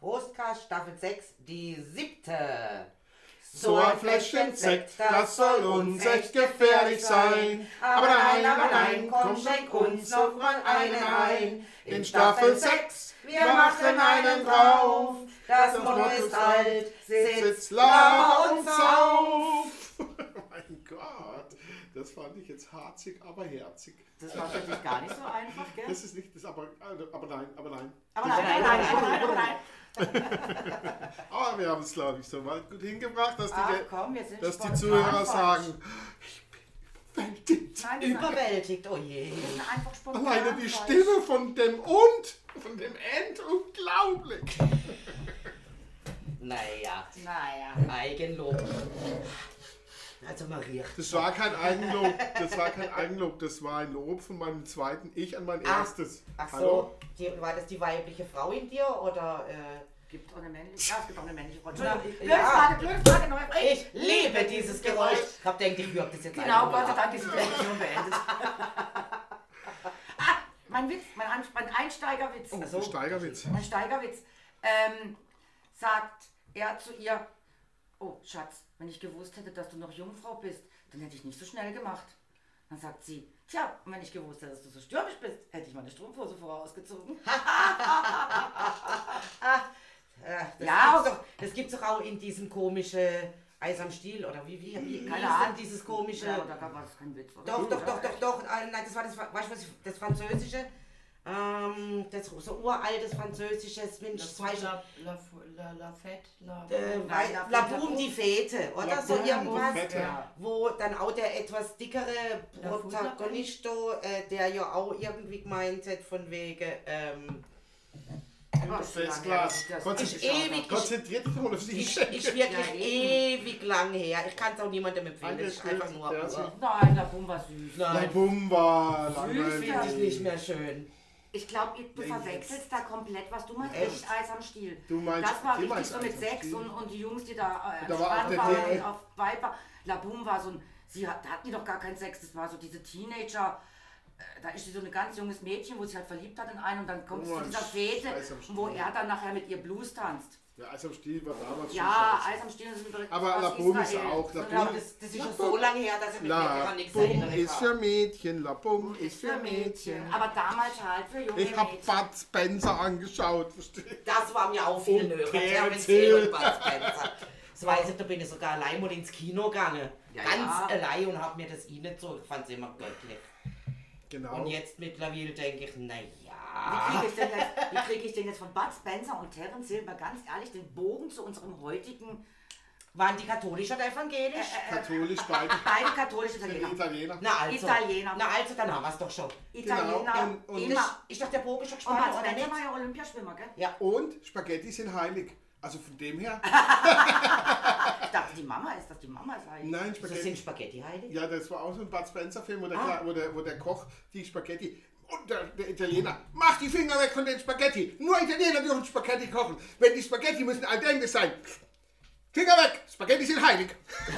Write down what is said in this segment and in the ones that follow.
Prostkast Staffel 6, die 7. So ein Fläschchen Sekt, das soll uns echt gefährlich sein. Aber nein, komm, schenk uns noch mal einen ein. In Staffel 6, wir machen einen drauf. Das Motto ist alt, sitz, laber und sauf. Mein Gott, das fand ich jetzt harzig, aber herzig. Das war für dich gar nicht so einfach, gell? Das ist nicht, das aber nein. Aber nein. Aber wir haben es, glaube ich, so weit gut hingebracht, dass die die Zuhörer sagen, ich bin überwältigt. Nein, Überwältigt, oh je. Wir sind einfach spontan. Alleine die falsch. Stimme von dem End, unglaublich. Naja, Naja. Eigenlob. Also Maria. Das war kein Eigenlob, das war ein Lob von meinem zweiten Ich an mein erstes. Ach Hallo? so, war das die weibliche Frau in dir oder? Gibt auch eine männliche. Ja, es gibt auch eine männliche Frau. Ja. Blöde Frage, neue Frage. Ich liebe dieses Geräusch. Ich hab gedacht, ich würge das jetzt Genau, einfach Gott sei mal ab. Dank ist die Lektion beendet. Mein Witz, mein Einsteigerwitz. Oh, ein Steigerwitz. Mein Steigerwitz. Sagt er zu ihr, oh Schatz, wenn ich gewusst hätte, dass du noch Jungfrau bist, dann hätte ich nicht so schnell gemacht. Dann sagt sie, tja, und wenn ich gewusst hätte, dass du so stürmisch bist, hätte ich meine Strumpfhose vorausgezogen. Das gibt's doch auch in diesem komischen Eis am Stiel oder wie Keine ist Ahnung. denn dieses komische? Ja, da war das kein Witz, oder? Doch. Nein, das war weißt du was, das Französische. Das so uraltes französisches Mensch, La Boum die Fete, oder La so Boum die irgendwas, Fete. wo dann auch der etwas dickere Protagonisto, der ja auch irgendwie gemeint hat von wegen, Das ist klar. Konzentriert dich mal auf die ist Schenke. wirklich ewig lang her. Ich kann es auch niemandem empfehlen, das ist einfach nur Ja, pur. Nein, La Boum war süß. La Nein, Bum war finde ich langweilig. nicht mehr schön. Ich glaube, du verwechselst da komplett was. Du meinst Echt? echt Eis am Stiel. Du meinst- das war du richtig meinst so mit Eis am 6 Stiel. und die Jungs, die da Da am war auch Strand der waren Dicke. und auf Viper. La Boum war so ein, da hatten die doch gar keinen Sex, das war so diese Teenager. Da ist sie so ein ganz junges Mädchen, wo sie halt verliebt hat in einen und dann kommt es Oh, zu dieser Fete, Eis am Stiel. wo er dann nachher mit ihr Blues tanzt. Der Eis am Stiel war damals Ja, schon Eis am Stiel ist ein Aber aus La Boum ist Israel. auch. La Ja, Bum, das ist schon so lange her, dass ich mich La an nichts Bum erinnern ist für kann. Mädchen, La Bum ist für Mädchen. Aber damals halt für junge Ich hab Mädchen. Bud Spencer angeschaut, verstehst du? Das war mir auch viel Und näher. Terence Terence Hill Hill. und Bud Spencer. Das weiß ich, da bin ich sogar allein mal ins Kino gegangen. Ja, Ganz ja. allein und hab mir das so, ich fand's immer göttlich. Genau. Und jetzt mittlerweile denke ich, Wie naja. kriege ich denn jetzt von Bud Spencer und Terence Hill mal ganz ehrlich den Bogen zu unserem heutigen Waren die katholisch oder evangelisch? Katholisch beide. beide katholische Italiener? Italiener. Na also. Italiener. Na also, dann haben wir es doch schon. Italiener, Genau, und immer. Das ist doch der Bogen schon Und gespannt, Bud oder Spencer nicht? war ja Olympiaschwimmer, gell? Ja. Und Spaghetti sind heilig. Also von dem her. Ich dachte, die Mama ist heilig. Nein, So sind Spaghetti. Spaghetti heilig? Ja, das war auch so ein Bud Spencer-Film, Ah. wo der Koch die Spaghetti. Und der Italiener, mach die Finger weg von den Spaghetti. Nur Italiener dürfen Spaghetti kochen. Wenn die Spaghetti müssen al dente sein. Finger weg! Spaghetti sind heilig.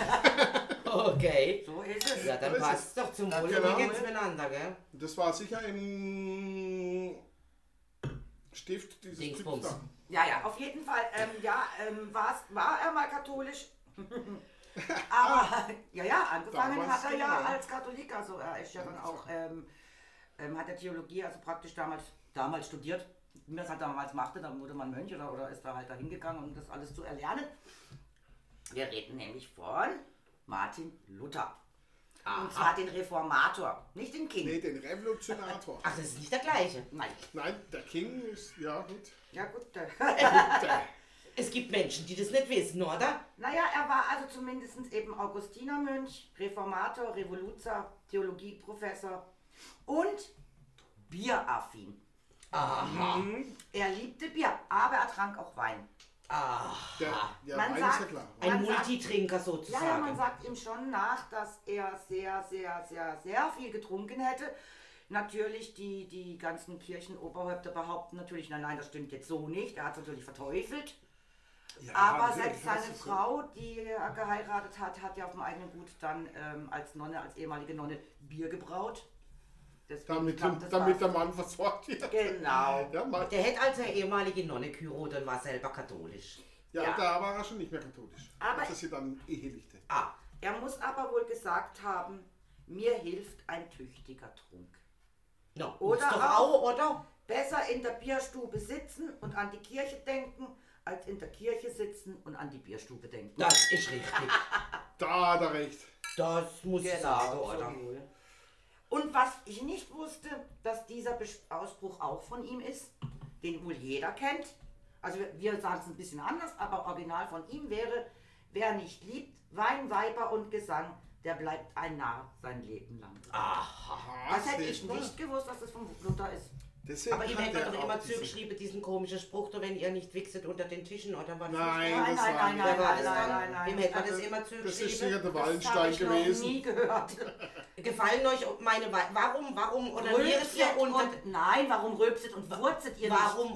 Okay. So ist es. Ja, dann So ist passt es doch zum Wohl genau. übrigens miteinander, gell? Das war sicher im Stift dieses Dingsbums. Typs da. Ja, auf jeden Fall. War er mal katholisch? Aber, angefangen Damals, hat er ja genau. als Katholik. Also er ist ja dann auch, hat er Theologie, also praktisch damals studiert. Wie man es halt damals machte, dann wurde man Mönch oder ist da halt dahin gegangen, um das alles zu erlernen. Wir reden nämlich von Martin Luther. Und zwar den Reformator, nicht den King. Nee, den Revolutionator. Ach, das ist nicht der gleiche. Nein. Nein, der King ist, ja gut. Ja gut. Es gibt Menschen, die das nicht wissen, oder? Naja, er war also zumindest eben Augustinermönch, Reformator, Revoluzer, Theologieprofessor und bieraffin. Aha. Er liebte Bier, aber er trank auch Wein. Der, ja, Man Wein sagt- ist ja klar. Ein Man sagt- Multitrinker Ja, sozusagen. man sagt ihm schon nach, dass er sehr, sehr, sehr, sehr viel getrunken hätte. Natürlich, die ganzen Kirchenoberhäupter behaupten natürlich, nein, das stimmt jetzt so nicht. Er hat es natürlich verteufelt. Ja, Aber natürlich, selbst das seine ist so. Frau, die er geheiratet hat, hat ja auf dem eigenen Gut dann als ehemalige Nonne Bier gebraut. damit der Mann versorgt wird. Genau. Ja, der hätte als ehemalige Nonne geheiratet und war selber katholisch. Ja, da war er schon nicht mehr katholisch. Aber das ist dann ehelichte. Er muss aber wohl gesagt haben, mir hilft ein tüchtiger Trunk. No, oder doch auch, oder? Besser in der Bierstube sitzen und an die Kirche denken, als in der Kirche sitzen und an die Bierstube denken. Das ist richtig. Da hat er recht. Das muss ich sagen, oder? Und was ich nicht wusste, dass dieser Ausspruch auch von ihm ist, den wohl jeder kennt. Also wir sagen es ein bisschen anders, aber original von ihm wäre, wer nicht liebt, Wein, Weiber und Gesang, der bleibt ein Narr sein Leben lang. Aha. Das hätte ich nicht gewusst, dass das von Luther ist. Deswegen aber ihm hat hätte er doch auch immer diese- zugeschrieben, diesen komischen Spruch, da wenn ihr nicht wichset unter den Tischen oder was? Nein, Nein, das nein, war nein, nicht. Wer war das nein, dann? nein, nein. Wem hätte man Also, das immer Das ist zugeschrieben? sicher der Das habe Wallenstein ich noch gewesen. nie gehört. Gefallen euch meine warum onaniert ihr unter... Nein, warum rülpset und wurzet ihr Warum?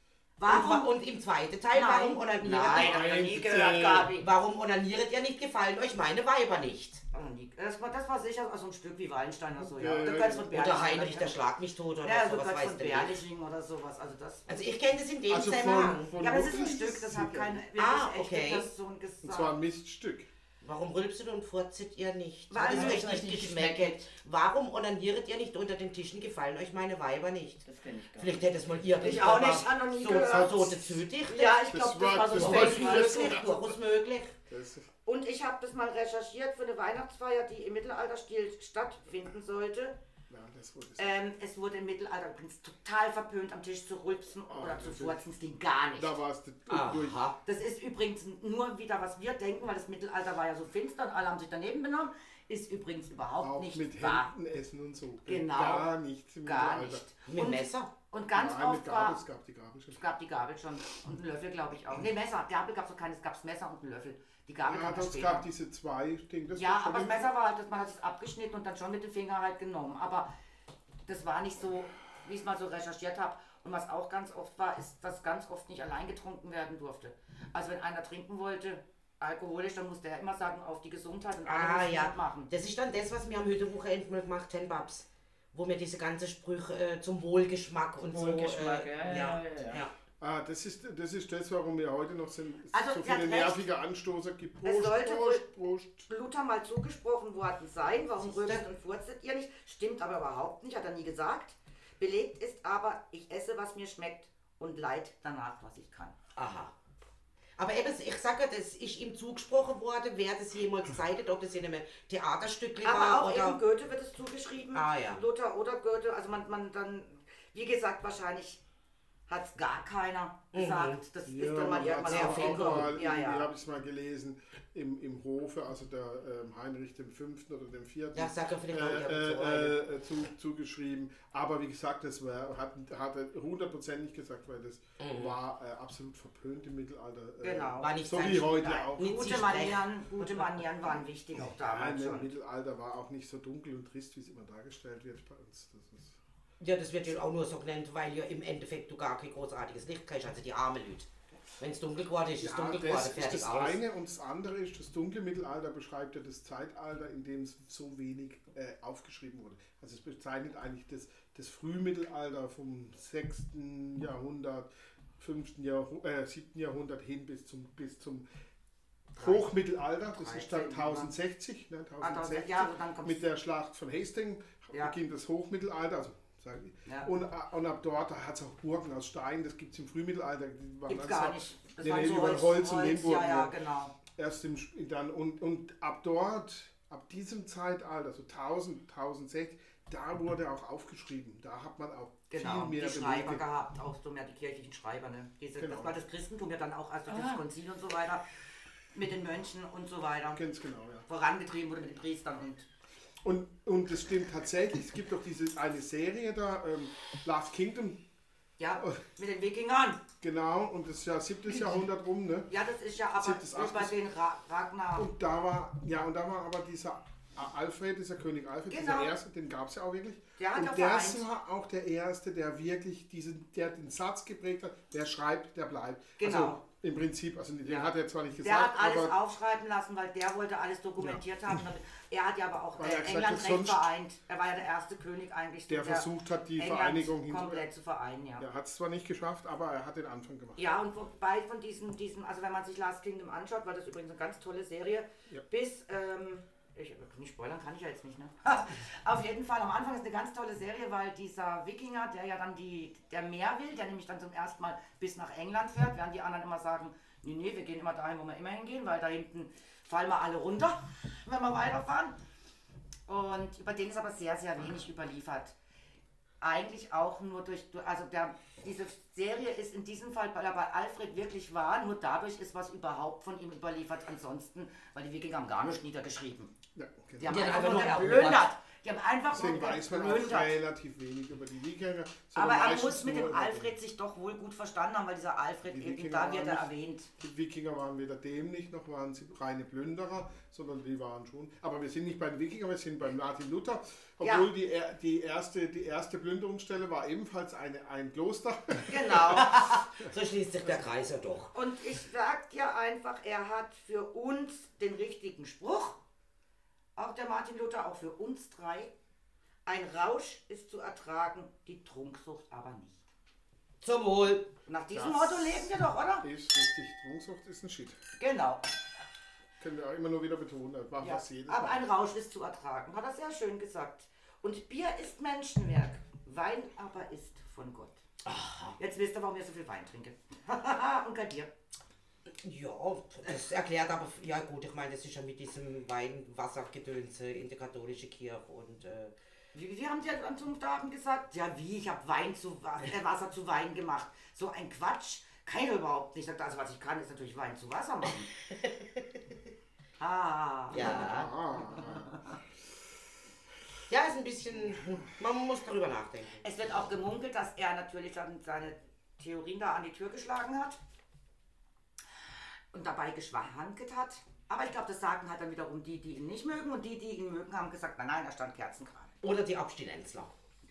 Warum? Und im zweiten Teil, warum onaniert Nein, ihr? hab ich noch nie bitte. gehört, Gabi. Warum onaniert ihr nicht? Gefallen euch meine Weiber nicht? Das war sicher so ein Stück wie Wallenstein oder so, ja. Ja, Du ja, kannst von Berliching. Oder Heinrich, der schlag mich tot oder Ja, du sowas, kannst weißt von du nicht. Berliching oder sowas. Also das. Also ich kenne das in dem Also Zusammenhang. von Ja, aber es ist ein Luther Stück, das hat sicher. keine okay. echte Person gesagt. Und zwar ein Miststück. Warum rülpset und furzet ihr nicht? Weil Hat euch es euch nicht nicht geschmeckt? Warum onaniert ihr nicht unter den Tischen? Gefallen euch meine Weiber nicht? Das kenne ich gar nicht. Vielleicht hätte es mal ihr Ich auch nicht, habe noch nie gehört. So dazu dicht. Ja, ich Das glaube, war- das war so das ein war Fake vieles. News. Durchaus möglich. Das, Und ich habe das mal recherchiert für eine Weihnachtsfeier, die im Mittelalterstil stattfinden sollte. ja, das wurde Es wurde im Mittelalter übrigens total verpönt, am Tisch zu rülpsen oder zu natürlich. furzen. Es ging gar nicht. Da war es durch. Aha. Das ist übrigens nur wieder, was wir denken, weil das Mittelalter war ja so finster und alle haben sich daneben benommen. Ist übrigens überhaupt Auch nicht mit wahr. Händen essen und so. Genau. Gar nichts im Gar Mittelalter. nicht. Mit Messer? Und ganz Nein, mit oft Gabel, war... es gab die Gabel schon. Es gab die Gabel schon und einen Löffel, glaube ich auch. Nee, Messer. Gabel gab es noch keine, es gab das Messer und einen Löffel. Die Gabel Ja, kam es später. gab diese zwei Dinge. Ja, aber das Messer war halt, man hat es abgeschnitten und dann schon mit dem Finger halt genommen. Aber das war nicht so, wie ich es mal so recherchiert habe. Und was auch ganz oft war, ist, dass ganz oft nicht allein getrunken werden durfte. Also wenn einer trinken wollte, alkoholisch, dann musste er immer sagen, auf die Gesundheit und alle mussten Ja. mitmachen. Das ist dann das, was wir am Hütewochenende mal gemacht haben, Babs. Wo wir diese ganze Sprüche zum Wohlgeschmack und Wohlgeschmack, so... ja. Das ist das, warum wir heute noch sind, Also, so sie hat viele recht. nervige Anstoßer gibt. Es sollte wohl Prost. Luther mal zugesprochen worden sein, warum Siehste? rülpset und furzet ihr nicht? Stimmt aber überhaupt nicht, hat er nie gesagt. Belegt ist aber, ich esse, was mir schmeckt und leid danach, was ich kann. Aha. Aber eben, ich sage, das ist ihm zugesprochen worden, wer das jemals gesagt hat, ob das in einem Theaterstück Aber war auch oder... eben Goethe wird es zugeschrieben. Ah, ja. Luther oder Goethe, also man dann, wie gesagt, wahrscheinlich hat es gar keiner gesagt. Das ist dann mal irgendwann sehr viel aufgekommen. Ja, Ich ja. habe es mal gelesen, im Hofe, also der Heinrich V. oder dem 4. Ja, sag ja vielleicht auch zugeschrieben. Aber wie gesagt, das hat er hundertprozentig gesagt, weil das war absolut verpönt im Mittelalter. Genau. War nicht so sein wie heute Nein, auch. Nicht gute Manieren waren wichtig auch damals Im schon. Mittelalter war auch nicht so dunkel und trist, wie es immer dargestellt wird bei uns. Ja, das wird ja auch nur so genannt, weil ja im Endeffekt du gar kein großartiges Licht kriegst, also die armen Leute. Wenn es dunkel geworden ist, ist es dunkel geworden, das ist fertig das aus. eine und das andere ist, das dunkle Mittelalter beschreibt ja das Zeitalter, in dem es so wenig aufgeschrieben wurde. Also es bezeichnet eigentlich das Frühmittelalter vom 6. Jahrhundert, 7. Jahrhundert hin bis zum Hochmittelalter, das ist dann 1060, ne, 1060 ja, also dann kommt's- mit der Schlacht von Hastings beginnt das Hochmittelalter, also sage ich. Ja. Und ab dort hat es auch Burgen aus Stein, das gibt es im Frühmittelalter. Die waren Gibt's dann gar so- nicht. Das Nee, waren nee, so die waren Holz und Lehmburgen. ja, genau. Erst und ab dort, ab diesem Zeitalter, so 1000, 1060, da wurde auch aufgeschrieben. Da hat man auch Genau, viel mehr die Schreiber Belege. gehabt, auch so mehr die kirchlichen Schreiber. Ne? Genau. Das war das Christentum ja dann auch erst durch das Konzil und so weiter, mit den Mönchen und so weiter, Ganz genau, ja. vorangetrieben wurde mit den Priestern und Und das stimmt tatsächlich. Es gibt doch eine Serie da, Last Kingdom, ja, mit den Wikingern. genau, und das ist ja 7. Jahrhundert rum, ne? Ja, das ist ja aber Siebtes, über achtes. den Ragnar. Und da war aber dieser Alfred ist ja König Alfred, Genau. dieser Erste, den gab es ja auch wirklich. Der hat und ja das vereint. war auch der Erste, der wirklich der den Satz geprägt hat, der schreibt, der bleibt. Genau. Also im Prinzip, also den Ja. hat er zwar nicht Der gesagt, hat alles aber aufschreiben lassen, weil der wollte alles dokumentiert haben. Er hat ja aber auch Weil er gesagt England hat, recht sonst- vereint. Er war ja der erste König eigentlich, der versucht hat, die England Vereinigung komplett zu vereinen. Ja. Er hat es zwar nicht geschafft, aber er hat den Anfang gemacht. Ja, und wobei von diesem, also wenn man sich Last Kingdom anschaut, war das übrigens eine ganz tolle Serie, Ja. bis, nicht spoilern kann ich ja jetzt nicht, ne? Auf jeden Fall, am Anfang ist eine ganz tolle Serie, weil dieser Wikinger, der ja dann der mehr will, der nämlich dann zum ersten Mal bis nach England fährt, während die anderen immer sagen, nee, wir gehen immer dahin, wo wir immer hingehen, weil da hinten fallen wir alle runter, wenn wir weiterfahren. Und über den ist aber sehr, sehr wenig überliefert. Eigentlich auch nur diese Serie ist in diesem Fall, weil er bei Alfred wirklich war, nur dadurch ist was überhaupt von ihm überliefert. Ansonsten, weil die Wikinger haben gar nicht niedergeschrieben. Ja, Die genau. haben Die einfach haben nur einfach nur geplündert. Die haben einfach Deswegen nur weiß man auch geplündert. relativ wenig über die Wikinger. Aber er meistens muss mit nur dem über Alfred sich doch wohl gut verstanden haben, weil dieser Alfred Die eben, Wikinger da wird er waren erwähnt. Die Wikinger waren weder dämlich, noch waren sie reine Plünderer, sondern die waren schon. Aber wir sind nicht bei den Wikingern, wir sind bei Martin Luther. Obwohl die erste Plünderungsstelle war ebenfalls ein Kloster. Genau. So schließt sich der Kreis ja doch. Und ich sag dir einfach, er hat für uns den richtigen Spruch, auch der Martin Luther, auch für uns drei. Ein Rausch ist zu ertragen, die Trunksucht aber nicht. Zum Wohl. Nach diesem Das Motto leben wir doch, oder? Ist richtig, Trunksucht ist ein Shit. Genau. Können wir auch immer nur wieder betonen. Das machen Ja. fast jedes Aber Mal. ein Rausch ist zu ertragen, hat er sehr schön gesagt. Und Bier ist Menschenwerk, Wein aber ist von Gott. Jetzt wisst ihr, warum ich so viel Wein trinke. Und bei dir? Ja, das erklärt aber, ja gut, ich meine, das ist ja mit diesem Wein-Wasser-Gedönse in der katholischen Kirche und Wie haben die an zum Abend gesagt? Ja, wie? Ich habe Wasser zu Wein gemacht. So ein Quatsch. Kann ich überhaupt nicht. Also, was ich kann, ist natürlich Wein zu Wasser machen. ja. Ja, ist ein bisschen, man muss darüber nachdenken. Es wird auch gemunkelt, dass er natürlich dann seine Theorien da an die Tür geschlagen hat und dabei geschwankelt hat. Aber ich glaube, das sagen halt dann wiederum die ihn nicht mögen, und die ihn mögen, haben gesagt, nein, er stand kerzengerade. Oder die Abstinenzler.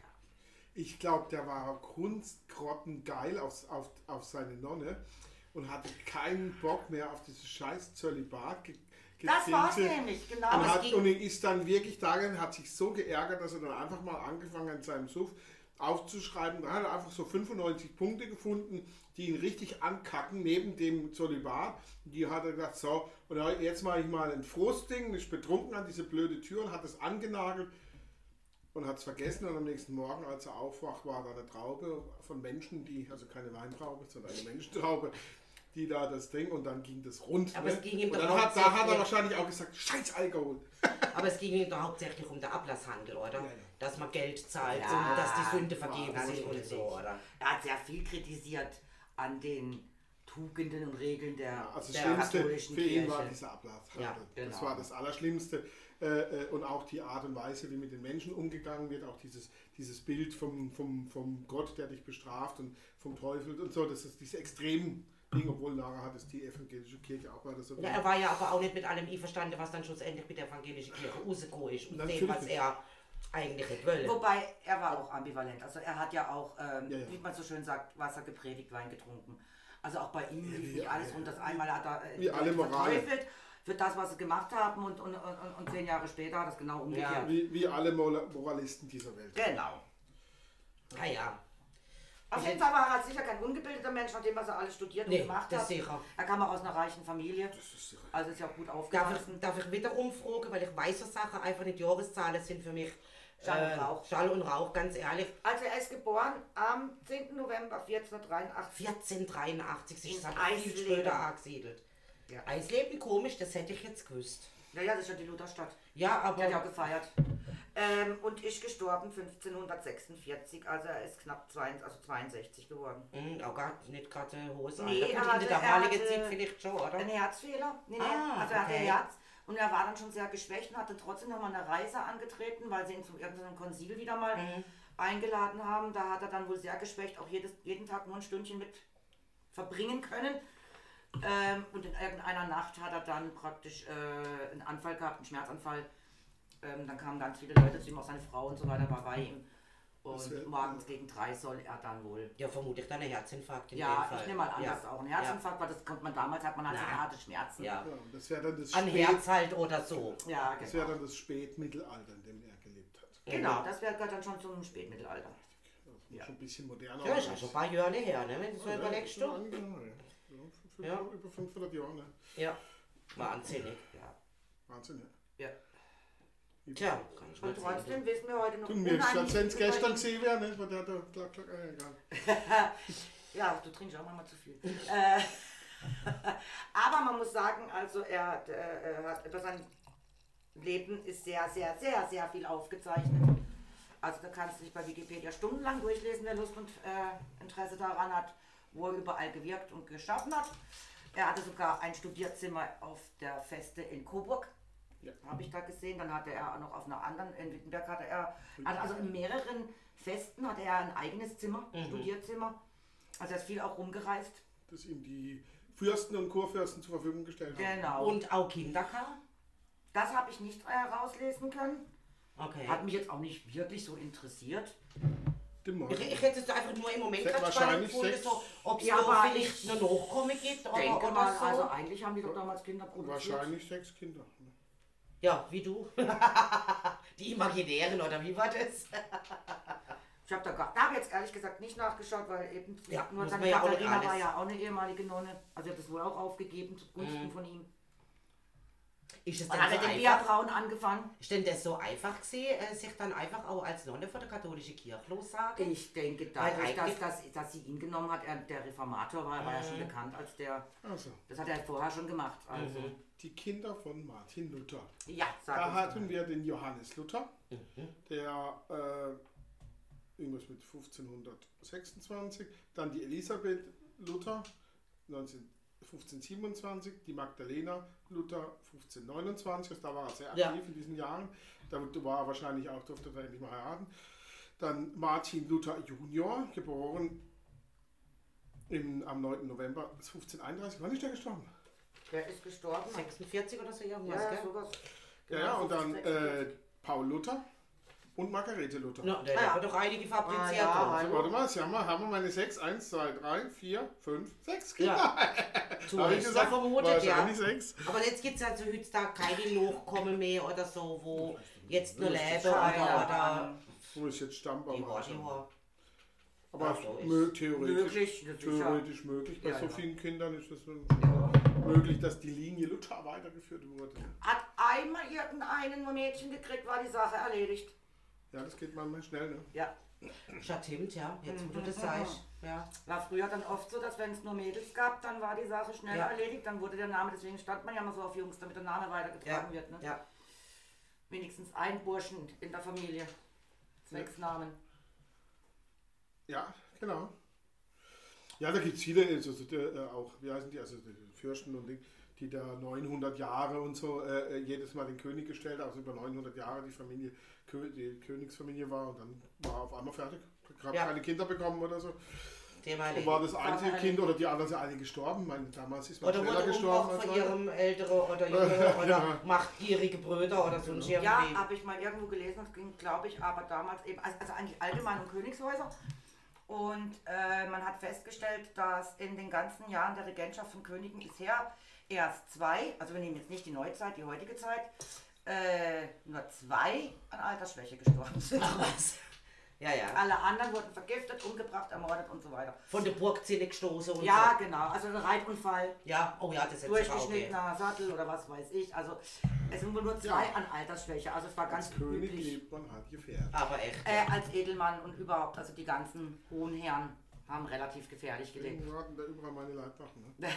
Ich glaube, der war kunstgrottengeil auf seine Nonne und hatte keinen Bock mehr auf dieses scheiß Zölibat. Das war's nämlich, genau. Und er ist dann wirklich darin, hat sich so geärgert, dass er dann einfach mal angefangen hat, in seinem Suff aufzuschreiben. Da hat er einfach so 95 Punkte gefunden, die ihn richtig ankacken, neben dem Zölibat. Die hat er gedacht, so, und jetzt mache ich mal ein Frustding, ich betrunken an diese blöde Tür und hat es angenagelt und hat es vergessen. Und am nächsten Morgen, als er aufwacht, war da eine Traube von Menschen, also keine Weintraube, sondern eine Menschentraube, die da das Ding, und dann ging das rund. Aber es ging ihm und doch dann da hat er hauptsächlich- wahrscheinlich auch gesagt, scheiß Alkohol. Aber es ging ihm doch hauptsächlich um den Ablasshandel, oder? Ja. Dass man Geld zahlt Ja, und dass die Sünde vergeben ganz sind und richtig. so, oder? Er hat sehr viel kritisiert an den Tugenden und Regeln der Also das der Schlimmste katholischen für ihn war Kirche. dieser Ablasshandel. Ja, Das genau. war das Allerschlimmste. Und auch die Art und Weise, wie mit den Menschen umgegangen wird, auch dieses Bild vom Gott, der dich bestraft, und vom Teufel und so, das ist diese extremen Dinge, obwohl nachher hat es die evangelische Kirche auch weiter so Ja, er war ja aber auch nicht mit allem einverstanden, was dann schlussendlich mit der evangelischen Kirche rausgekommen ist und dem, Natürlich was nicht. er eigentlich nicht wollte. Wobei, er war auch ambivalent. Also er hat ja auch, Ja. wie man so schön sagt, Wasser gepredigt, Wein getrunken. Also auch bei ihm lief wie nicht alles alle. rund. Das einmal hat er Wie alle Moral. verteufelt für das, was sie gemacht haben, und 10 Jahre später hat er es genau umgekehrt. wie alle Moralisten dieser Welt. Genau. Ah ja, Auf jeden Fall war er sicher kein ungebildeter Mensch, nachdem was er alles studiert und nee, gemacht das hat. sicher. Er kam auch aus einer reichen Familie, Das ist sicher. also ist ja auch gut Darf aufgewachsen. ich wiederum fragen, weil ich weiß so Sachen, einfach nicht Jahreszahlen sind für mich Schall und Rauch. Schall und Rauch, ganz ehrlich. Also er ist geboren am 10. November 1483. 1483 sich In das hat viel Eisleben. später angesiedelt. Ja. Eisleben, komisch, das hätte ich jetzt gewusst. Ja, das ist ja die Lutherstadt. Ja, Die hat ja auch aber gefeiert. Und ist gestorben 1546, also er ist knapp 62 geworden. auch gar nicht gerade hohes Nee, Alter. er Gut, hatte- in der er damaligen hatte- Zeit vielleicht schon, oder? Ein Herzfehler. Nee, Ah, also er hatte okay. Herz. Und er war dann schon sehr geschwächt und hatte trotzdem nochmal eine Reise angetreten, weil sie ihn zu irgendeinem Konzil wieder mal eingeladen haben. Da hat er dann wohl sehr geschwächt auch jeden Tag nur ein Stündchen mit verbringen können. Und in irgendeiner Nacht hat er dann praktisch einen Anfall gehabt, einen Schmerzanfall. dann kamen ganz viele Leute zu ihm, auch seine Frau und so weiter war bei ihm. Und morgens gegen 3 soll er dann wohl. Ja, vermutlich dann ein Herzinfarkt in dem Ja, Fall. ich nehme mal an, dass auch ein Herzinfarkt war. Das konnte man damals, hat man halt so harte Schmerzen. Ja. Ja, das wäre dann das An Herz halt oder so. Ja, Das wäre genau. dann das Spätmittelalter, in dem er gelebt hat. Genau, das wäre dann schon zum Spätmittelalter. Also schon ein bisschen moderner. Ja, ist ja schon ein paar Jahre her, ne? Wenn du so überlegst du. Ja, über 500 Jahre. Ne? Ja. Wahnsinnig. Ja. Wahnsinn, ja. Ja. Tja, kann ich Und nicht trotzdem wissen wir heute noch Du, mir ist unheimlich wenn es über gestern ihn. gesehen wäre, ne? Weil der hat da egal. Ja, du trinkst auch manchmal zu viel. Aber man muss sagen, also er hat über sein Leben ist sehr, sehr, sehr, sehr viel aufgezeichnet. Also da kannst du dich bei Wikipedia stundenlang durchlesen, wer Lust und Interesse daran hat, wo er überall gewirkt und geschaffen hat. Er hatte sogar ein Studierzimmer auf der Feste in Coburg. Ja. Habe ich da gesehen. Dann hatte er auch noch auf einer anderen, in Wittenberg hatte er, also in mehreren Festen hatte er ein eigenes Zimmer, Studierzimmer. Also er ist viel auch rumgereist. Das ihm die Fürsten und Kurfürsten zur Verfügung gestellt haben. Genau. Und auch Kinder kamen? Das habe ich nicht herauslesen können. Okay. Hat mich jetzt auch nicht wirklich so interessiert. Dem Mann. Ich hätte es einfach nur im Moment Sechs- gerade spannend wahrscheinlich gefunden, sechs. so, ob es Ja, da aber vielleicht ich eine Nachkomme gibt oder, Denke oder mal, so. also eigentlich haben die doch damals Kinder produziert. Wahrscheinlich 6 Kinder. Ne? Ja, wie du. Die Imaginären, oder wie war das? Ich habe da hab jetzt ehrlich gesagt nicht nachgeschaut, weil eben Ja, nur muss seine man ja auch nicht Katharina war alles. ja auch eine ehemalige Nonne. Also er hat das wohl auch aufgegeben zugunsten von ihm. Ist es Dann denn hat so er den einfach? Bierbrauen angefangen. Ist denn das so einfach gewesen, sich dann einfach auch als Nonne vor der katholischen Kirche lossagen? Ich denke, Weil dadurch, eigentlich- dass sie ihn genommen hat, der Reformator war ja schon bekannt als der. Also, Das hat er vorher schon gemacht. Also, die Kinder von Martin Luther. ja, Da sag hatten wir den Johannes Luther, der irgendwas mit 1526, dann die Elisabeth Luther 1527, die Magdalena Luther 1529, also da war er sehr aktiv Ja. in diesen Jahren, da war er wahrscheinlich auch, durfte er nicht mehr heiraten. Dann Martin Luther Junior, geboren am 9. November 1531, wann ist der gestorben? Der ist gestorben. 46 oder so irgendwas, Ja, gell? sowas. Ja, und dann 1546. Paul Luther und Margarete Luther. Ja, der hat doch einige fabriziert. Ah, ja, und- Also, warte mal, jetzt haben wir meine 6, 1, 2, 3, 4, 5, 6 Kinder. Ja. Du Hab ich hast ja gesagt? vermutet, ja. Wahrscheinlich 6. Aber jetzt gibt es also heutzutage keine Nachkommen mehr oder so, wo jetzt nur Das ist leben schon oder... Wo ist jetzt Stammbaum? Die war, anschauen. die Aber Ja, so ist Möglich, das ist ja- theoretisch möglich. Bei Ja, so ja. vielen Kindern ist es möglich, dass die Linie Luther weitergeführt wurde. Hat einmal irgendein Mädchen gekriegt, war die Sache erledigt. Ja, das geht manchmal schnell, ne? Ja. Stimmt, ja, jetzt wo du das sagst. Ja. War früher dann oft so, dass wenn es nur Mädels gab, dann war die Sache schnell Ja. erledigt, dann wurde der Name, deswegen stand man ja mal so auf Jungs, damit der Name weitergetragen Ja. wird. Ne? Ja. Wenigstens ein Burschen in der Familie. Zwecksnamen. Ja, genau. Ja, da gibt es viele, also, auch, wie heißen die, also die Fürsten und die da 900 Jahre und so jedes Mal den König gestellt, also über 900 Jahre die Königsfamilie war und dann war auf einmal fertig. Gerade Ja. keine Kinder bekommen oder so. Thema Und war das einzige Vater Kind oder die anderen sind alle gestorben. Ich meine, damals ist man Oder schneller wurde gestorben umgebracht als von heute. ihrem älteren oder jüngeren oder machtgierige Brüder oder so ein irgendwie. Ja, habe ich mal irgendwo gelesen, das ging, glaube ich, aber damals eben, also eigentlich allgemein um Königshäuser. Und man hat festgestellt, dass in den ganzen Jahren der Regentschaft von Königen bisher erst 2, also wir nehmen jetzt nicht die Neuzeit, die heutige Zeit, nur 2 an Altersschwäche gestorben sind. Ach was. Ja, ja. Alle anderen wurden vergiftet, umgebracht, ermordet und so weiter. Von der Burgzinne gestoßen und Ja, so. genau. Also ein Reitunfall, Ja, oh ja, das ist jetzt durchgeschnittener Sattel oder was weiß ich. Also es sind wohl nur 2 Ja. an Altersschwäche. Also es war ganz Als König üblich. lebt man halt gefährdet. Aber echt. Als Edelmann und überhaupt, also die ganzen hohen Herren haben relativ gefährlich gelebt. Deswegen warten da überall meine Leibwachen. Ne?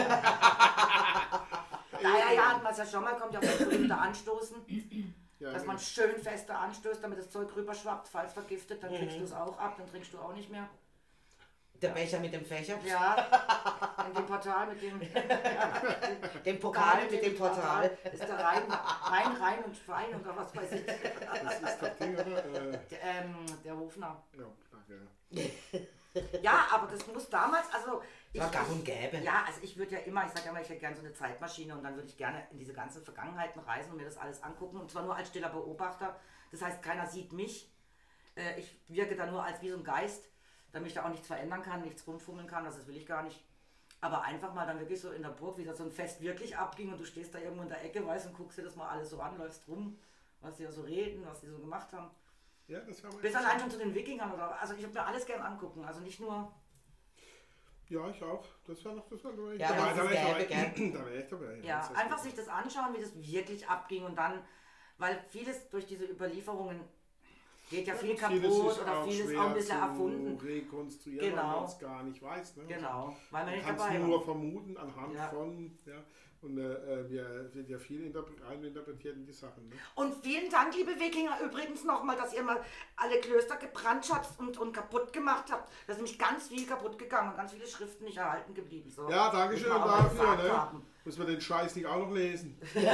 Daher hatten wir es ja schon mal, kommt ja auf das berühmte Anstoßen, Ja, dass man schön fester anstößt, damit das Zeug rüberschwappt, falls vergiftet, dann kriegst du es auch ab, dann trinkst du auch nicht mehr. Der Becher mit dem Fächer. Ja, in dem Portal mit dem Dem Pokal mit dem Portal. ist der rein und fein oder was weiß ich. das ist das Ding, oder? Der Hofner. Ja, klar, ja. Ja, aber das muss damals, also... War gang und gäbe. Ja, also ich würde ja immer, ich sage ja immer, ich hätte gerne so eine Zeitmaschine und dann würde ich gerne in diese ganzen Vergangenheiten reisen und mir das alles angucken. Und zwar nur als stiller Beobachter. Das heißt, keiner sieht mich. Ich wirke da nur als wie so ein Geist, damit ich da auch nichts verändern kann, nichts rumfummeln kann, das will ich gar nicht. Aber einfach mal dann wirklich so in der Burg, wie das so ein Fest wirklich abging und du stehst da irgendwo in der Ecke, weißt, und guckst dir das mal alles so an, läufst rum, was die da so reden, was die so gemacht haben. Ja, das war mal Bis allein schon zu den Wikingern oder, also ich würde mir alles gern angucken, also nicht nur... Ja, ich auch. Das war Ja, da das ist wäre ich dabei. Ja, einfach sich das anschauen, wie das wirklich abging und dann, weil vieles durch diese Überlieferungen geht ja viel kaputt oder vieles auch ein bisschen erfunden. Rekonstruieren, weil man es gar nicht weiß. Ne? Genau, weil man nicht dabei dabei nur war. vermuten anhand von, ja. Und wir sind ja viel reininterpretiert in die Sachen. Ne? Und vielen Dank, liebe Wikinger, übrigens nochmal, dass ihr mal alle Klöster gebrannt habt und kaputt gemacht habt. Da ist nämlich ganz viel kaputt gegangen und ganz viele Schriften nicht erhalten geblieben. So, ja, danke schön dafür. Ne? Müssen wir den Scheiß nicht auch noch lesen.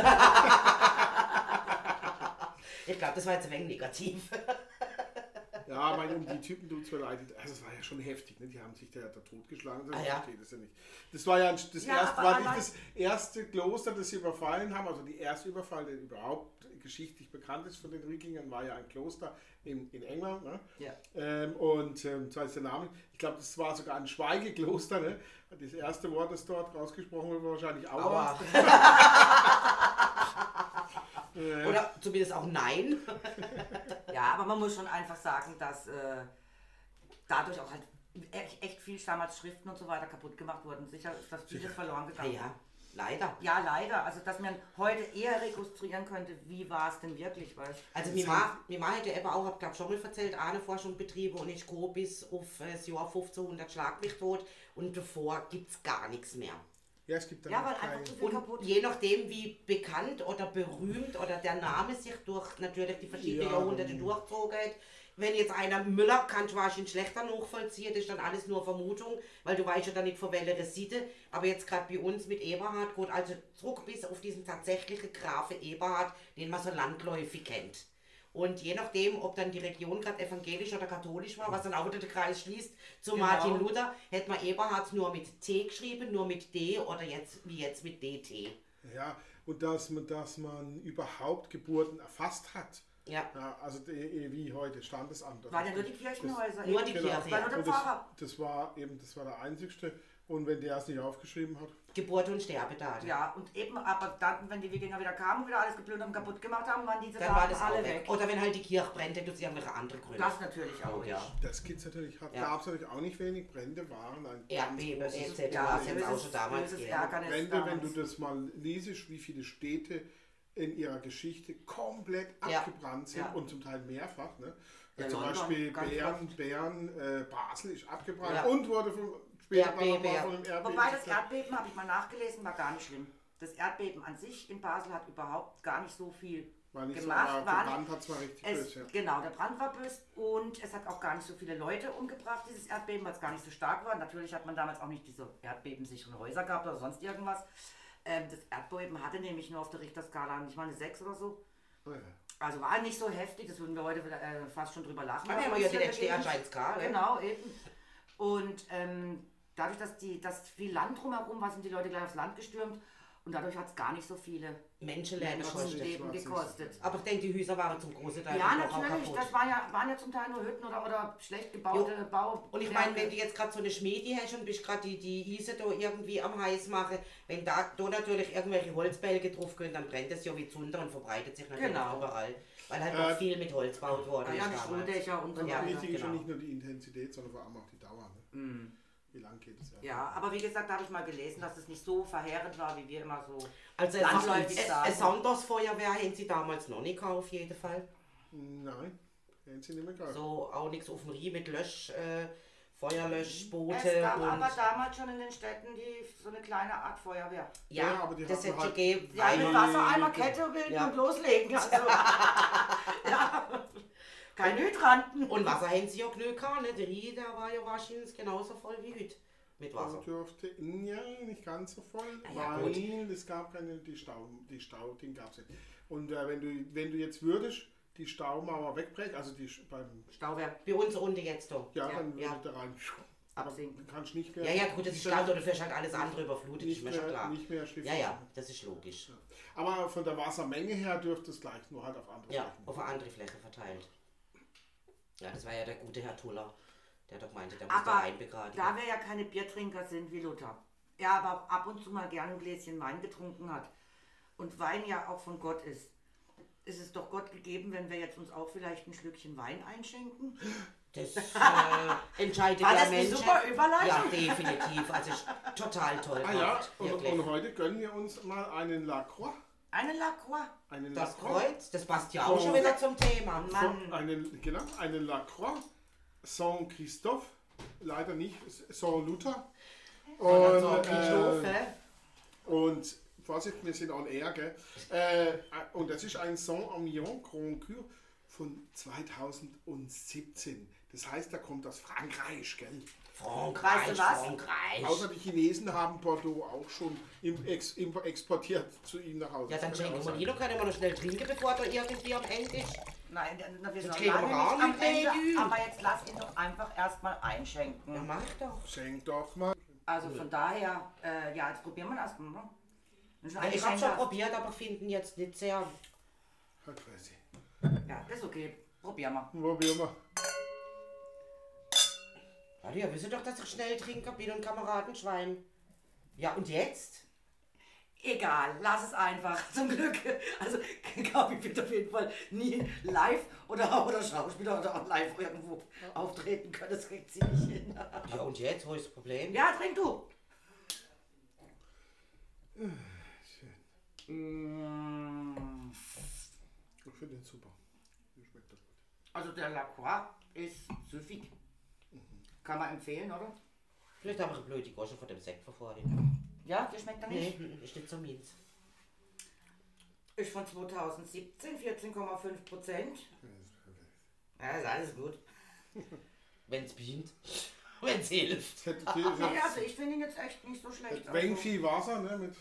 Ich glaube, das war jetzt ein wenig negativ. Ja, um die Typen tut es mir leid. Also es war ja schon heftig, ne? Die haben sich da totgeschlagen. Ich verstehe das ja nicht. Das war ja das erste Kloster, das sie überfallen haben. Also die erste Überfall, der überhaupt geschichtlich bekannt ist von den Wikingern, war ja ein Kloster in England. Ne? Ja. Das heißt der Name. Ich glaube, das war sogar ein Schweigekloster. Ne? Das erste Wort, das dort rausgesprochen wurde, war wahrscheinlich Aua. Oder zumindest auch Nein. Ja, aber man muss schon einfach sagen, dass dadurch auch halt echt viel damals Schriften und so weiter kaputt gemacht wurden. Sicher ist das vieles verloren gegangen. Ja, leider. Ja, leider. Also, dass man heute eher rekonstruieren könnte, wie war es denn wirklich. Weißt? Also, mir hat ja eben auch, hab glaube schon mal erzählt, Ahnenforschung betrieben und ich gehe bis auf das Jahr 1500 Schlag mich tot und davor gibt es gar nichts mehr. Ja, es gibt dann weil einfach zu viel kaputt. Je nachdem, wie bekannt oder berühmt oder der Name sich durch natürlich die verschiedenen Jahrhunderte durchgezogen hat. Wenn jetzt einer Müller kannst du wahrscheinlich schlechter nachvollziehen, das ist dann alles nur Vermutung, weil du weißt ja dann nicht von welcher Seite. Aber jetzt gerade bei uns mit Eberhard geht also zurück bis auf diesen tatsächlichen Grafe Eberhard, den man so landläufig kennt. Und je nachdem, ob dann die Region gerade evangelisch oder katholisch war, was dann auch wieder den Kreis schließt, zu Martin Luther, hätte man Eberhard nur mit T geschrieben, nur mit D oder jetzt mit DT. Ja, und dass man überhaupt Geburten erfasst hat. Ja. Also wie heute, Standesamt. War ja nur die Kirchenhäuser. Nur die Kirche. War nur der Pfarrer. Das war der einzigste. Und wenn der es nicht aufgeschrieben hat. Geburt und Sterbedaten. Ja, und eben, aber dann, wenn die Wikinger wieder kamen und wieder alles geplündert und kaputt gemacht haben, waren diese dann war das alle auch weg. Oder wenn halt die Kirche brennt, dann tut sie irgendwelche andere Gründe. Das natürlich auch, ja. Das gibt's natürlich. Gab es natürlich auch nicht wenig. Brände waren ein Erdbeben etc. Ja, Das jetzt auch schon damals Brände, wenn du das mal liest, wie viele Städte in ihrer Geschichte komplett abgebrannt sind und zum Teil mehrfach. Ne? Ja, zum Beispiel Bern, Basel ist abgebrannt und wurde von Erdbeben. Wobei das Erdbeben, habe ich mal nachgelesen, war gar nicht schlimm. Das Erdbeben an sich in Basel hat überhaupt gar nicht so viel gemacht. Der Brand hat zwar richtig böse. Genau, der Brand war böse und es hat auch gar nicht so viele Leute umgebracht, dieses Erdbeben, weil es gar nicht so stark war. Natürlich hat man damals auch nicht diese erdbebensicheren Häuser gehabt oder sonst irgendwas. Das Erdbeben hatte nämlich nur auf der Richterskala nicht mal eine 6 oder so. Oh ja. Also war nicht so heftig, das würden wir heute fast schon drüber lachen. Aber wir haben ja die letzte Anscheinskala. Genau, eben. Und dadurch, dass viel Land drumherum war, sind die Leute gleich aufs Land gestürmt und dadurch hat es gar nicht so viele Menschenleben gekostet. Aber ich denke, die Häuser waren zum großen Teil auch natürlich, das waren ja zum Teil nur Hütten oder schlecht gebaute Bau. Und ich meine, wenn du jetzt gerade so eine Schmiede hast und bist gerade die Eise da irgendwie am heiß machen, wenn da natürlich irgendwelche Holzbälge drauf können, dann brennt es ja wie Zunder und verbreitet sich natürlich überall. Weil halt auch viel mit Holz gebaut worden ist. Ja, die Schultdächer und so weiter. Wichtig ist ja nicht nur die Intensität, sondern vor allem auch die Dauer. Ne? Wie lang geht es? Ja, aber wie gesagt, da habe ich mal gelesen, dass es nicht so verheerend war, wie wir immer so also landläufig sagen. Ein Sandersfeuerwehr haben sie damals noch nicht gehabt, auf jeden Fall. Nein, haben sie nicht mehr gehabt. So auch nichts auf dem Rhein mit Feuerlöschboote. Es gab aber damals schon in den Städten so eine kleine Art Feuerwehr. Ja, aber die das hätte halt gegeben. Ja, mit Wassereimer Kette bilden und loslegen. Also. Ja. Keine Hydranten. Und Wasser haben sie ja genug gehabt, ne? Der Rhein, der war ja wahrscheinlich genauso voll wie heute. Mit Wasser. Nicht ganz so voll, weil es gab keine, die Stauding gab es nicht. Und wenn du jetzt würdest, die Staumauer wegbrechen, also beim Stauwerk. Bei uns unten jetzt da. Ja, dann würde da rein. absinken. Kannst nicht mehr. Ja, gut, das ist klar, dafür ist halt alles andere überflutet, ist mir schon klar. Nicht mehr Schliff. Ja, das ist logisch. Ja. Aber von der Wassermenge her dürfte es gleich, nur halt auf andere Ja, Flächen. auf eine andere Fläche verteilt. Ja, das war ja der gute Herr Tuller, der doch meinte, der muss da Aber einbegradigt. da wir ja keine Biertrinker sind wie Luther, er aber auch ab und zu mal gerne ein Gläschen Wein getrunken hat und Wein ja auch von Gott ist es doch Gott gegeben, wenn wir jetzt uns auch vielleicht ein Schlückchen Wein einschenken? Das entscheidet War der das eine Mensch. super Überleitung? Ja, definitiv. Also total toll. Ja, wirklich. und heute gönnen wir uns mal einen Lacroix. Eine Lacroix. Einen Das Lacroix. Kreuz, das passt ja auch schon wieder zum Thema. Mann. Einen Lacroix Saint-Christophe, leider nicht Saint-Luther. Und Vorsicht, wir sind on air, gell? Und das ist ein Saint-Emilion Grand Cru von 2017. Das heißt, der kommt aus Frankreich, gell? Frankreich, Weißt du was? Frankreich. Außer die Chinesen haben Bordeaux auch schon exportiert zu ihnen nach Hause. Ja, dann schenken wir hier, können wir noch schnell trinken, bevor der irgendwie am Ende ist. Nein, wir sind noch kriegen wir lange gar nicht am nicht, Ende, Baby. aber jetzt lass ihn doch einfach erstmal einschenken. Ja, mach doch. Schenk doch mal. Also von daher, ja, jetzt probieren wir erstmal. Ne? Ja, ich habe schon probiert, aber finden jetzt nicht sehr. Halt Fresse. Ja, ist okay. Probieren wir. Probieren wir. Warte, ihr wisst doch, dass ich schnell trinke bin und Kameradenschwein. Ja, und jetzt? Egal, lass es einfach. Zum Glück. Also, Gabi wird auf jeden Fall nie live oder Schauspieler oder auch live irgendwo auftreten können. Das kriegt sie nicht hin. Ja, und jetzt? Wo ist das Problem? Ja, trink du. Ich finde den super. Mir schmeckt das gut. Also der Lacroix ist süffig. Kann man empfehlen, oder? Vielleicht habe ich eine blöde Gosche von dem Sekt von vorhin. Ja, dir schmeckt er nicht? Nee, ist nicht so meins. Ist von 2017, 14,5%. Ja, ist alles gut. Wenn's beamt. Wenn's hilft. Nee, also ich finde ihn jetzt echt nicht so schlecht. Wenig viel Wasser, ne?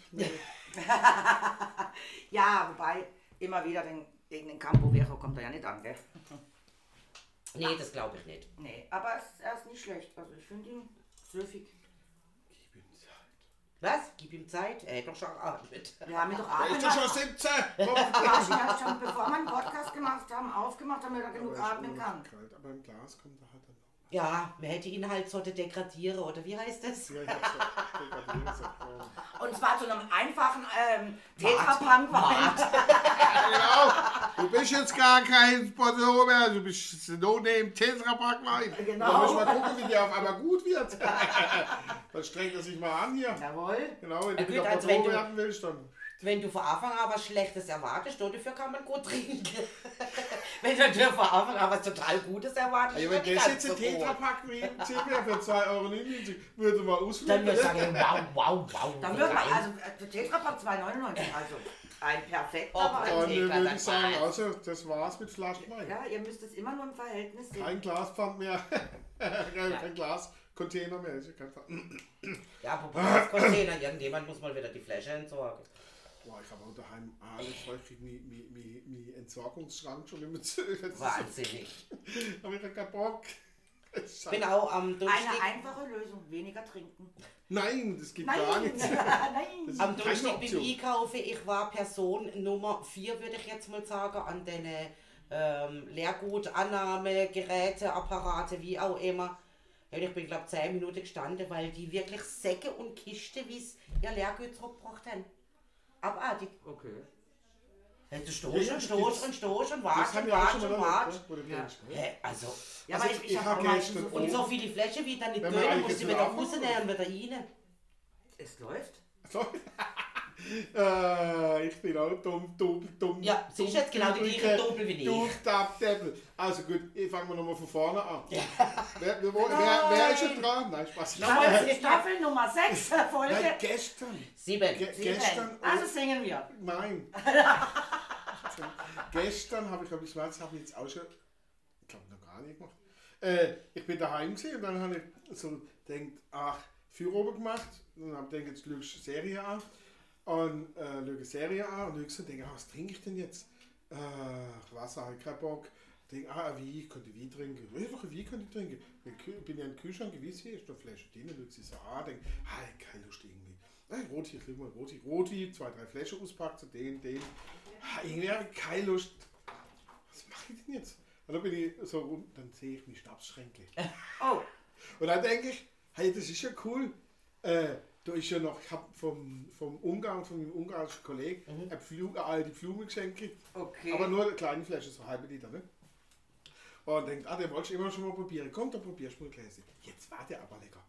Ja, wobei immer wieder gegen den Campo Viejo kommt er ja nicht an, gell? Nee, das glaube ich nicht. Nee, aber er ist nicht schlecht. Also ich finde ihn süffig. Gib ihm Zeit. Was? Gib ihm Zeit? Er hat doch schon geatmet. Wir haben ihn doch Der ist doch schon 17! Wir haben schon, bevor wir einen Podcast gemacht haben, aufgemacht, damit er genug atmen kann. Kalt, aber im Glas kommt er halt dann noch. Ja, man hätte ihn halt so degradieren, oder wie heißt das? Ja, ich hab's gesagt. Und zwar zu einem einfachen Tetrapank-Wein. Genau! Du bist jetzt gar kein Bordeaux mehr, du bist No-Name Tetrapack-Wein. Genau. Da müssen wir gucken, wie der auf einmal gut wird. Dann strengt er sich mal an hier. Jawohl. Genau, wenn du gut, wieder also Bordeaux wenn du- werden willst, dann... Wenn du von Anfang an was Schlechtes erwartest, dafür kann man gut trinken. Wenn du dir von Anfang an was total Gutes erwartest, Ja, dann wenn nicht das ganz jetzt ein so gut. Tetrapack wie im CBR für 2,99 € würde man Dann ausflippen. würde ich sagen, wow. Dann wie wird man, geil. also der Tetrapack 2,99, also ein perfekter Oh, Wein. Dann Tetrapack würde ich sagen, Wein. also das war's mit Flaschen Wein. Ja, ihr müsst es immer nur im Verhältnis sehen. Kein Glaspfand mehr. Kein Glascontainer mehr. Ist ja kein Pfand. Ja, apropos Container, irgendjemand muss mal wieder die Flasche entsorgen. Boah, ich habe auch daheim alles, weil ich kriege meinen Entsorgungsschrank schon immer zu. Wahnsinnig. Aber ich habe keinen Bock. Ich bin auch am Eine Durchstieg. einfache Lösung, weniger trinken. Nein, das geht Nein, gar nicht. nein. Das Am ist keine Durchstieg beim Option. Einkaufen, ich war Person Nummer 4, würde ich jetzt mal sagen, an den Leergutannahmegeräte, Apparate, wie auch immer. Ja, und ich bin, glaube ich, 10 Minuten gestanden, weil die wirklich Säcke und Kisten, wie es ihr Leergut zurückgebracht haben. Abartig. Okay. Ja, du Ja, stehst ja, und das stehst gibt's. und stehst und Das wartest haben und wir auch wartest schon und mal wartest. erlebt, wo du Ja. denkst, ne? Hä, also, Ja, Also aber ich ich habe hab meistens gestern so und viel. so viele Flaschen wie dann nicht Wenn man gehen, eigentlich musst du jetzt wieder laufen rausnehmen, wieder rein. Es läuft. So. Ich bin auch dumm. Ja, sie ist jetzt genau die gleiche Doppel wie ich. Du Deppel. Also gut, fangen wir nochmal von vorne an. Wer ist schon dran? Nein, Spaß. Staffel Nummer 6, Folge Nein, gestern. 7. Gestern. Also singen wir. Nein. Gestern habe ich, das habe ich jetzt auch schon, ich glaube noch gar nicht gemacht. Ich bin daheim gewesen und dann habe ich so gedacht, ach, Führer gemacht. Und habe gedacht, jetzt schaue ich Serie an. Und schaue Serie an und ich so denke, was trinke ich denn jetzt? Wasser, habe ich keinen Bock. denke, wie, könnte ich Wein trinken? Ja, doch, Wein könnte ich trinken. Ich bin ja im Kühlschrank gewiss, hier ist eine Flasche drin, dann ich so, denke, keine Lust irgendwie. Rotwein, ich mal Rotwein, 2, 3 Flaschen auspackt, so den. Irgendwie habe ich keine Lust. Was mache ich denn jetzt? Und dann bin ich so rum, dann sehe ich meine Schnapsschränke. Oh. Und dann denke ich, hey, das ist ja cool. Da ist ja noch, ich habe von meinem ungarischen Kollegen eine alte Blume geschenkt. Okay. Aber nur eine kleine Flasche, so halbe Liter, ne? Und denkt, den wolltest du immer schon mal probieren. Komm, dann probierst du mal ein Gläschen. Jetzt war der aber lecker.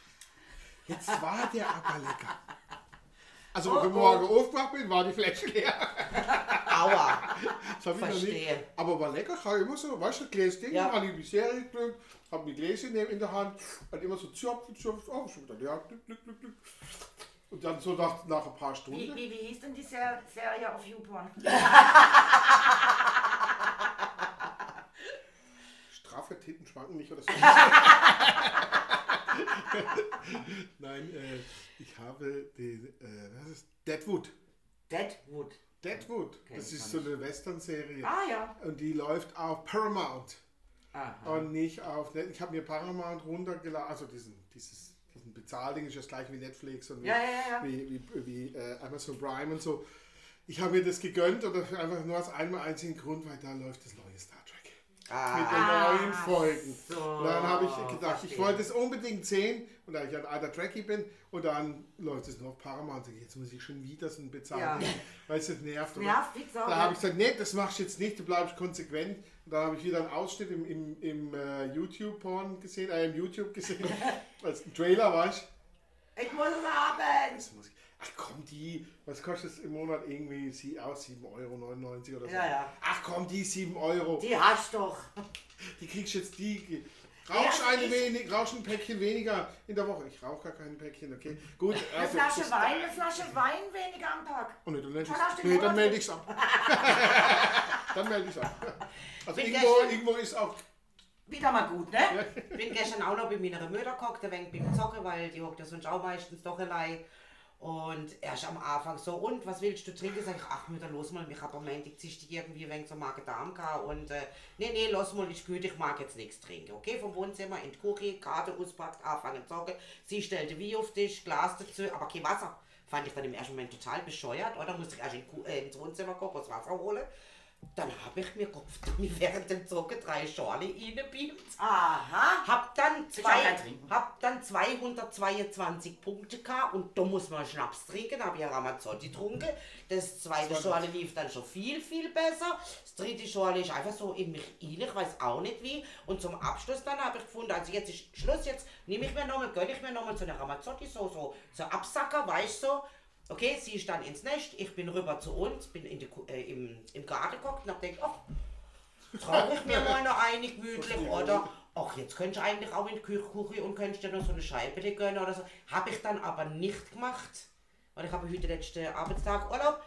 Also, als ich morgen aufgewacht bin, war die Flasche leer. Aua. Das habe ich noch Verstehe. nicht. Aber war lecker, ich habe immer so, weißt du, ein Gläschen, habe ich die Serie gedrückt, habe mein Gläschen in der Hand, und immer so zupf, schon wieder leer, glück. Und dann so nach ein paar Stunden. Wie hieß denn die Serie auf YouPorn? Straffe Titten schwanken nicht oder so. Nein, ich habe den, was ist Deadwood. Deadwood. Das ist so eine Western-Serie. Ah ja. Und die läuft auf Paramount. Aha. Und nicht auf Netflix. Ich habe mir Paramount runtergeladen, also diesen Bezahlding ist das gleich wie Netflix und wie Amazon Prime und so. Ich habe mir das gegönnt oder einfach nur aus einem einzigen Grund, weil da läuft das neue Star Trek. Mit den neuen Folgen. So. Und dann habe ich gedacht, ich wollte es unbedingt sehen und da ich ein alter Trekkie bin und dann läuft es nur auf Paramount. Jetzt muss ich schon wieder so einen bezahlen, weil es das nervt. Nervt, wie gesagt. Da habe ich gesagt, nee, das machst du jetzt nicht, du bleibst konsequent. Und dann habe ich wieder einen Ausschnitt im YouTube-Porn gesehen, im YouTube gesehen, als ein Trailer, weißt du? Ich muss es haben! Ach komm, was kostet es im Monat irgendwie? 7,99 € oder so? Ja. Ach komm, die 7 €. Die hast du doch. Die kriegst jetzt rauchst ein Päckchen weniger in der Woche. Ich rauche gar kein Päckchen, okay? Gut. Eine Flasche Wein weniger am Tag. Oh nee, dann melde ich es ab. Dann melde ich es ab. Also irgendwo ist auch... Wieder mal gut, ne? Ich bin gestern auch noch bei meiner Mutter gehockt, ein wenig beim Zocken, weil die hockt ja sonst auch meistens doch allein. Und erst am Anfang so, und was willst du trinken? Sag ich, ach Mutter, los mal, ich habe am Montag irgendwie ein wenig so Magen-Darm gehabt und nee, los mal, ist gut, ich mag jetzt nichts trinken. Okay, vom Wohnzimmer in die Küche, Karte auspackt, anfangen zu zocken. Sie stellte Wein auf den Tisch, Glas dazu, aber kein Wasser. Fand ich dann im ersten Moment total bescheuert, oder? Musste ich erst ins Wohnzimmer gucken, das Wasser holen. Dann habe ich mir während dem Zocken 3 Schorle reingebeamt. Aha. Hab dann 222 Punkte gehabt und da muss man Schnaps trinken. Da habe ich Ramazzotti getrunken. Das zweite Schorle lief dann schon viel besser. Das dritte Schorle ist einfach so in mich rein, ich weiß auch nicht wie. Und zum Abschluss dann habe ich gefunden, also jetzt ist Schluss, jetzt gönne ich mir nochmal so eine Ramazzotti, so Absacker, weißt du, so. Okay, sie ist dann ins Nest, ich bin rüber zu uns, bin im Garten geguckt und hab gedacht, ach, trage ich mir mal noch eine gemütlich oder ach, jetzt könntest du eigentlich auch in die Küche und könntest dir noch so eine Scheibe gönnen oder so. Habe ich dann aber nicht gemacht, weil ich habe heute den letzten Arbeitstag Urlaub.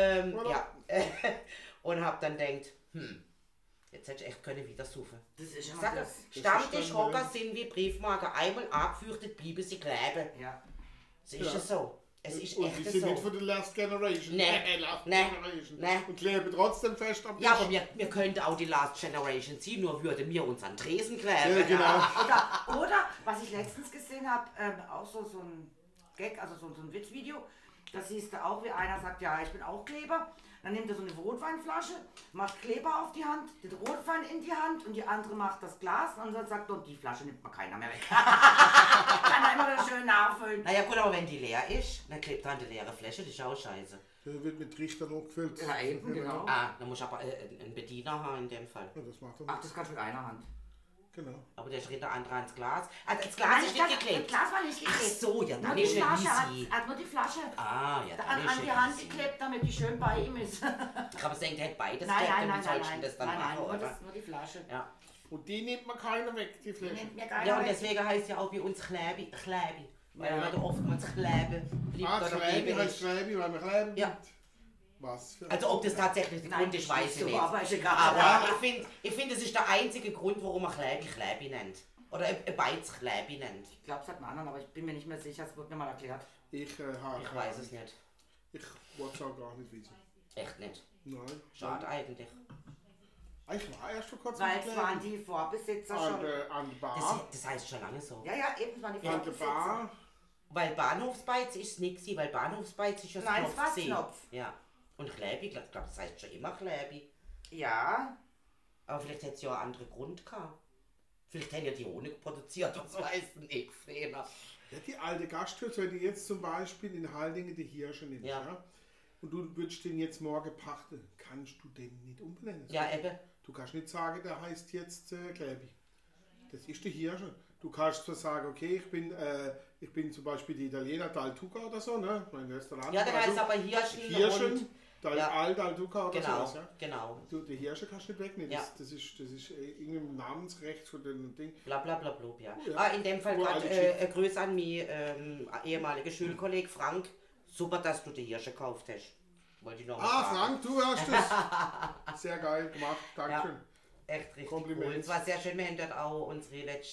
Und habe dann gedacht, jetzt hätte ich echt können wieder suchen. Das ist immer Sag, Stammtischhocker sind wie Briefmarken, einmal angefürchtet, bleiben sie kleben. Ja. Das ist es so. Es ist und echt die sind so. nicht von der Last Generation. Nee. Und kleben trotzdem fest am Tisch. Ja, aber wir könnten auch die Last Generation ziehen, nur würden wir uns an Tresen kleben. Ja, genau. Oder, was ich letztens gesehen habe, auch so ein Gag, also so ein Witzvideo, da siehst du auch, wie einer sagt, ja, ich bin auch Kleber. Dann nimmt er so eine Rotweinflasche, macht Kleber auf die Hand, den Rotwein in die Hand und die andere macht das Glas und dann sagt er, die Flasche nimmt man keiner mehr weg. Kann er immer schön nachfüllen. Naja gut, aber wenn die leer ist, dann klebt dran die leere Flasche, das ist auch scheiße. Der wird mit Trichtern hochgefüllt. Ja, eben, genau. Dann muss ich aber einen Bediener haben in dem Fall. Ja, das macht er Ach, nicht. das kannst du mit einer Hand. Genau. Aber der schritt der andere ans Glas. Also das Glas ist nicht geklebt. Das Glas war nicht geklebt. Ach so, ja, Nur dann die ist er Flasche easy. hat nur die Flasche Ah, ja, dann an ist die er Hand easy. geklebt, damit die schön bei ihm ist. Ich habe es gedacht, der hätte beides Nein, wie sollst du das dann machen, nur, oder? nur die Flasche. Ja. Und die nimmt man keiner weg, die Flasche. Nimmt mir Ja, keiner und weg. deswegen heißt ja auch bei uns Kläbi. Weil Ja. man oftmals Kläbe bleibt oder Kläbi bleiben heißt ist. Kläbi, weil wir kleben. Ja. Was für Also ob das tatsächlich der Grund ist, weiß ich nicht. Aber ist egal. Aber ich finde, das ist der einzige Grund, warum man Kläbi nennt. Oder ein Beiz Kläbi nennt. Ich glaube, es hat einen anderen, aber ich bin mir nicht mehr sicher, es wird mir mal erklärt. Ich weiß es nicht. Ich wollte es auch gar nicht wissen. Echt nicht. Nein. Schade eigentlich. Ich war erst vor kurzem. Weil es waren die Vorbesitzer an schon. an der Bar. Das heißt schon lange so. Ja, eben, es waren die An der Vorbesitzer. Bar. Weil Bahnhofsbeiz ist es nicht gewesen, weil Bahnhofsbeiz ist ja Nein, es war gewesen. Knopf. Ja. Und Chläbi, ich glaube, das heißt schon immer Chläbi. Ja, Aber vielleicht hätte es ja einen anderen Grund gehabt. Vielleicht hätten ja die Honig produziert, was weiß ich, Fehler. Ja, die alte Gasthöfe, wenn du jetzt zum Beispiel in Haldingen die Hirsche nimmst, Ja. ja. Und du würdest den jetzt morgen pachten, kannst du den nicht umbenennen. Ja, eben. Du kannst nicht sagen, der heißt jetzt Kläbi. Das ist der Hirsche. Du kannst zwar sagen, okay, ich bin zum Beispiel die Italiener Daltuca oder so, ne? Mein Restaurant. Ja, der heißt Also, aber Hirschen. Hirschen, und, ja. Daltuca oder genau, sowas, ja. genau. Du, die Hirsche kannst du nicht wegnehmen. Ja. Das ist irgendein Namensrecht von den Ding. Bla bla bla bla, ja. Ja. In dem Fall Uralte gerade Grüße an meinen ehemaligen Schulkollegen Frank. Super, dass du die Hirsche gekauft hast. Wollte ich noch mal sagen. Frank, du hast es. Sehr geil gemacht, Dankeschön. Echt richtig Kompliment. cool. Und es war sehr schön, wir haben dort auch unser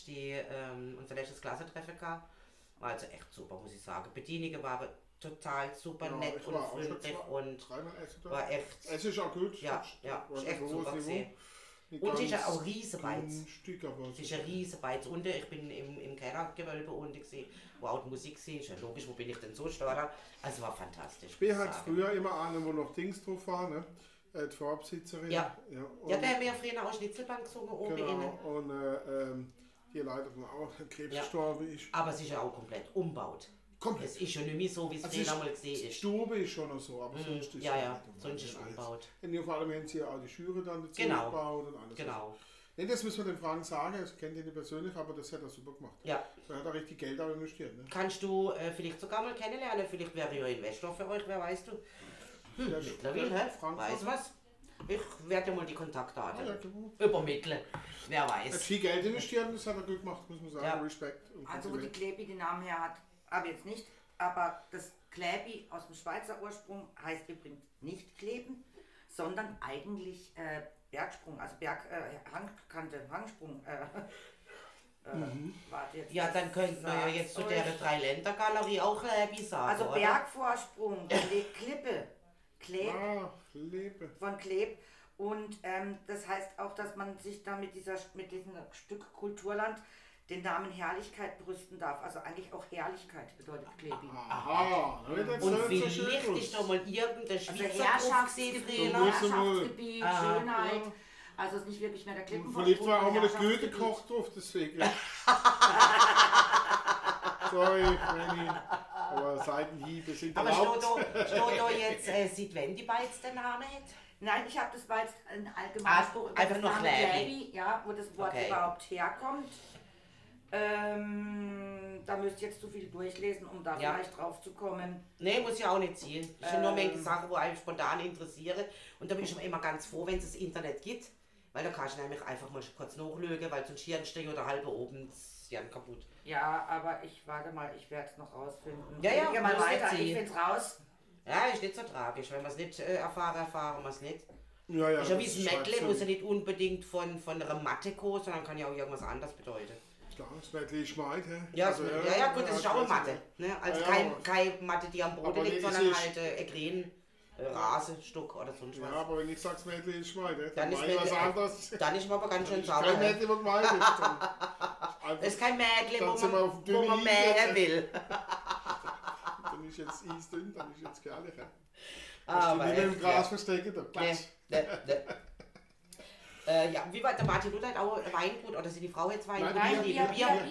letztes Klassentreffen gehabt. War also echt super, muss ich sagen. Bedienungen waren total super Ja, nett ich und war auch schon freundlich und dreimal essen da. war echt, Es ist auch gut. ja, ist echt Hohes super Niveau. gesehen. Nicht Und es ist ja ganz auch Riesenbeiz. Stück, aber Es ist ein Riesenbeiz unten. Ich bin im Kellergewölbe unten gesehen, wo auch die Musik war. Ist ja logisch, wo bin ich denn so steuern? Also war fantastisch. ich muss hatte ich sagen. früher immer einen, wo noch Dings drauf war, ne? Die Vorbesitzerin. Ja. und, Ja, da haben wir ja früher auch Schnitzelbank gesungen oben genau. innen. Und die leider auch an Krebs Ja. gestorben ist. Aber es ist ja auch komplett umgebaut. Komplett. Es ist ja nicht mehr so, wie es Also früher ist- mal gesehen Die ist. Stube ist schon noch so, aber sonst ist Ja, es ja, nicht umgebaut. sonst ist es Alles. umgebaut. Und vor allem haben sie ja auch die Schüre dann dazu Genau. gebaut und alles. Genau. Nee, das müssen wir den Frank sagen, ich kenne den nicht persönlich, aber das hat er super gemacht. Ja. Er hat da richtig Geld auch investiert. Ne? Kannst du vielleicht sogar mal kennenlernen? Vielleicht wäre ich ja Investor für euch, wer weißt du? Ja, Mittlerweile, hä? Frank Weiß was? Ich werde dir mal die Kontaktdaten Ja, genau. übermitteln. Wer Er hat weiß. viel Geld investiert und das hat er gut gemacht, muss man sagen. Ja. Respekt. Und also wo die Kompliment. Klebi den Namen her hat, aber jetzt nicht. Aber das Kläbi aus dem Schweizer Ursprung heißt übrigens nicht Kleben, sondern eigentlich Bergsprung, also Hangkante, Hangsprung. Warte jetzt. Ja, dann könnten wir ja jetzt zu der Dreiländergalerie auch Läbi sagen. Also oder? Bergvorsprung, Klippe, Kleb, Lebe. von Kleb. Und das heißt auch, dass man sich da mit diesem Stück Kulturland den Namen Herrlichkeit brüsten darf. Also eigentlich auch Herrlichkeit bedeutet Klebi. Aha, das Und hört sich schön vielleicht aus. ist doch mal irgendein Also Schweizer Herrschaftsgebiet, So müssen wir- Herrschaftsgebiet, Ah. Schönheit. Also es ist nicht wirklich mehr der Vielleicht Klippenvorsprung. war auch mal der Herrschaftsgebiet. Goethe-Koch drauf, deswegen. Sorry, Franny. Aber Seitenhiebe sind Aber erlaubt. steht da jetzt, seit wann die Beiz den Namen hat? Nein, ich habe das war jetzt ein Allgemeinspruch über einfach das nur Namen Kläbi. ja, wo das Wort Okay. überhaupt herkommt. Da müsst ihr jetzt zu viel durchlesen, um da Ja. vielleicht drauf zu kommen. Nee, muss ja auch nicht ziehen. Das sind nur manche Sachen, die einem spontan interessieren. Und da bin ich immer ganz froh, wenn es das Internet gibt. Weil da kannst du nämlich einfach mal kurz nachschauen, weil sonst hier steht oder halb oben das Hirn kaputt. Ja, aber warte mal, ich werde es noch rausfinden. Ja, ja, Geh mal muss weiter, nicht ich ziehen. finde es raus. Ja, ist nicht so tragisch. Wenn wir es nicht erfahren wir es nicht. Ja, ja, Ist ja wie das das schreibt Medley, so. muss ja nicht unbedingt von einer Matte kommen, sondern kann ja auch irgendwas anderes bedeuten. Klar, das Medley ist Schmeid, hä? Ja, Also, ja, gut, das ist auch eine weiß Matte. ich Ne? Also Ja, kein, aber- keine Matte, die am Boden aber liegt, nee, sondern das ist- halt ein Grün, Rasenstück oder sonst Ja, was. aber wenn ich sage, das Medley ist Schmeid, Dann dann ist meine ich was Medley- anderes. Dann ist man aber ganz schön Kein sauber. Ne? Medley, was gemeint ist. Dann- Das ist kein Mädchen, Dann wo sind wir auf man, dem wo man dünnen mähen Eis will. Dann ist jetzt Eis dünn, dann ist jetzt gefährlich. hä? Aber Nicht im echt, Gras verstecken, da Ne, Quatsch. ne. Ja, wie weit der Martin Luther hat auch Weingut oder sind die Frau jetzt Weingut? Nein, Bier,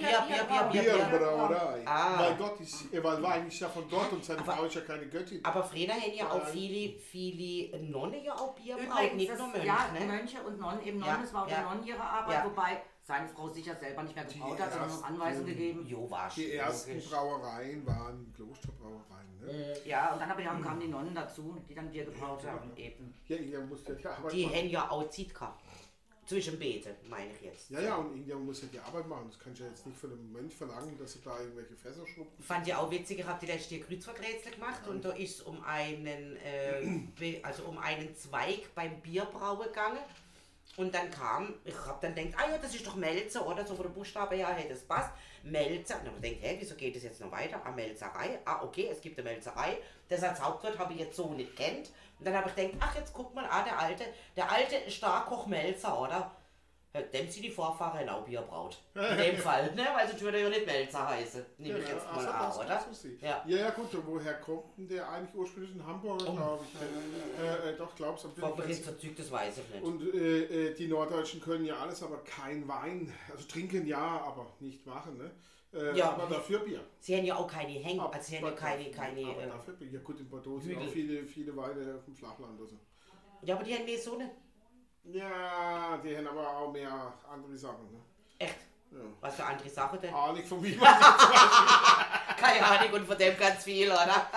oder? Ah. Mein Gott, weil Wein ist ja von dort und seine Frau ist ja keine Göttin. Aber früher haben ja auch Nein. viele Nonnen ja auch Bier Übrigens, braut, nicht das, nur Mönche, ja, ne? Mönche und Nonnen, eben Nonnen, Ja, das war auch ja. der Nonnen ihre Arbeit, Ja. wobei seine Frau sicher selber nicht mehr gebraut hat, sondern noch ersten- Anweisungen gegeben. Jo, war Die schon ersten logisch. Brauereien waren Klosterbrauereien. Ne? Ja, und dann aber kamen die Nonnen dazu, die dann Bier gebraut haben, eben. Ja, irgendjemand muss ja die Arbeit Die machen. haben ja auch Zeit gehabt. Zwischen Beten, meine ich jetzt. Ja, ja, und irgendjemand muss ja die Arbeit machen. Das kannst du ja jetzt nicht von einem Mönch verlangen, dass er da irgendwelche Fässer schrubbt. Fand ich auch witzig, ich habe die letzte Kreuzworträtsel gemacht und da ist es um einen Zweig beim Bierbrauen gegangen. Und dann ich hab dann gedacht, ah ja, das ist doch Melzer, oder? So von der Buchstabe her, hey, das passt. Melzer. Und dann habe ich gedacht, hey, wieso geht das jetzt noch weiter? Ah, Melzerei. Ah, okay, es gibt eine Melzerei. Das als Hauptwort habe ich jetzt so nicht kennt. Und dann habe ich gedacht, ach, jetzt guck mal, der alte Starkoch Melzer, oder? Dem sie die Vorfahren ein Laubier braut. In dem Fall, ne? Weil sonst würde er ja nicht Melzer heißen. Nehme ich jetzt mal an, oder? Ja, gut, und woher kommt denn der eigentlich ursprünglich in Hamburg, glaube ich? Doch, glaubst du. Vom Verzug, das weiß ich nicht. Und die Norddeutschen können ja alles, aber kein Wein. Also trinken ja, aber nicht machen, ne? Aber dafür Bier. Sie haben ja auch keine Hänge, also sie haben ja keine aber dafür Bier. Ja gut, in Bordeaux sind auch viele Weine auf dem Flachland. Also. Ja, aber die haben mehr so eine. Ja, die haben aber auch mehr andere Sachen. Ne? Echt? Ja. Was für andere Sachen denn? Ahnung von wie man zum Beispiel. Keine Ahnung und von dem ganz viel, oder?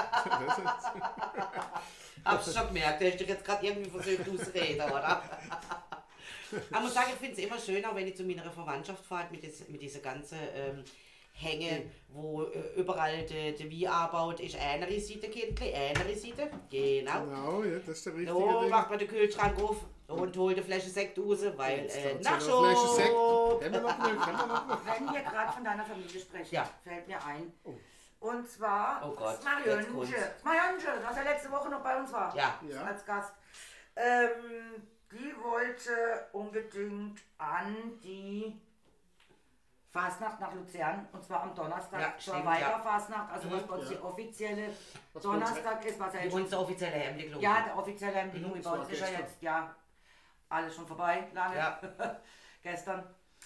Hab's schon gemerkt, du hast dich jetzt gerade irgendwie versucht auszureden, oder? Aber ich muss sagen, ich finde es immer schöner, wenn ich zu meiner Verwandtschaft fahre mit dieser ganzen Hänge, wo überall der Wein angebaut ist. Eine Seite, Kindli, eine Seite. Genau. Genau, ja, das ist der richtige So Ding. macht man den Kühlschrank auf und holt eine Flasche Sekt raus, weil Nachschub. Flasche Sekt. Haben wir noch Milch? Wenn wir gerade von deiner Familie sprechen, fällt mir ein. Oh. Und zwar Gott, Marionche, das ja letzte Woche noch bei uns war. Ja. Als Gast. Die wollte unbedingt an die Fastnacht nach Luzern, und zwar am Donnerstag zur Weiberfastnacht, also was bei uns die offizielle Donnerstag ist, was ja jetzt unsere offizielle Hemmliglung. Ja, der offizielle Hemmliglung bei uns ist ja jetzt, alles schon vorbei, lange, gestern.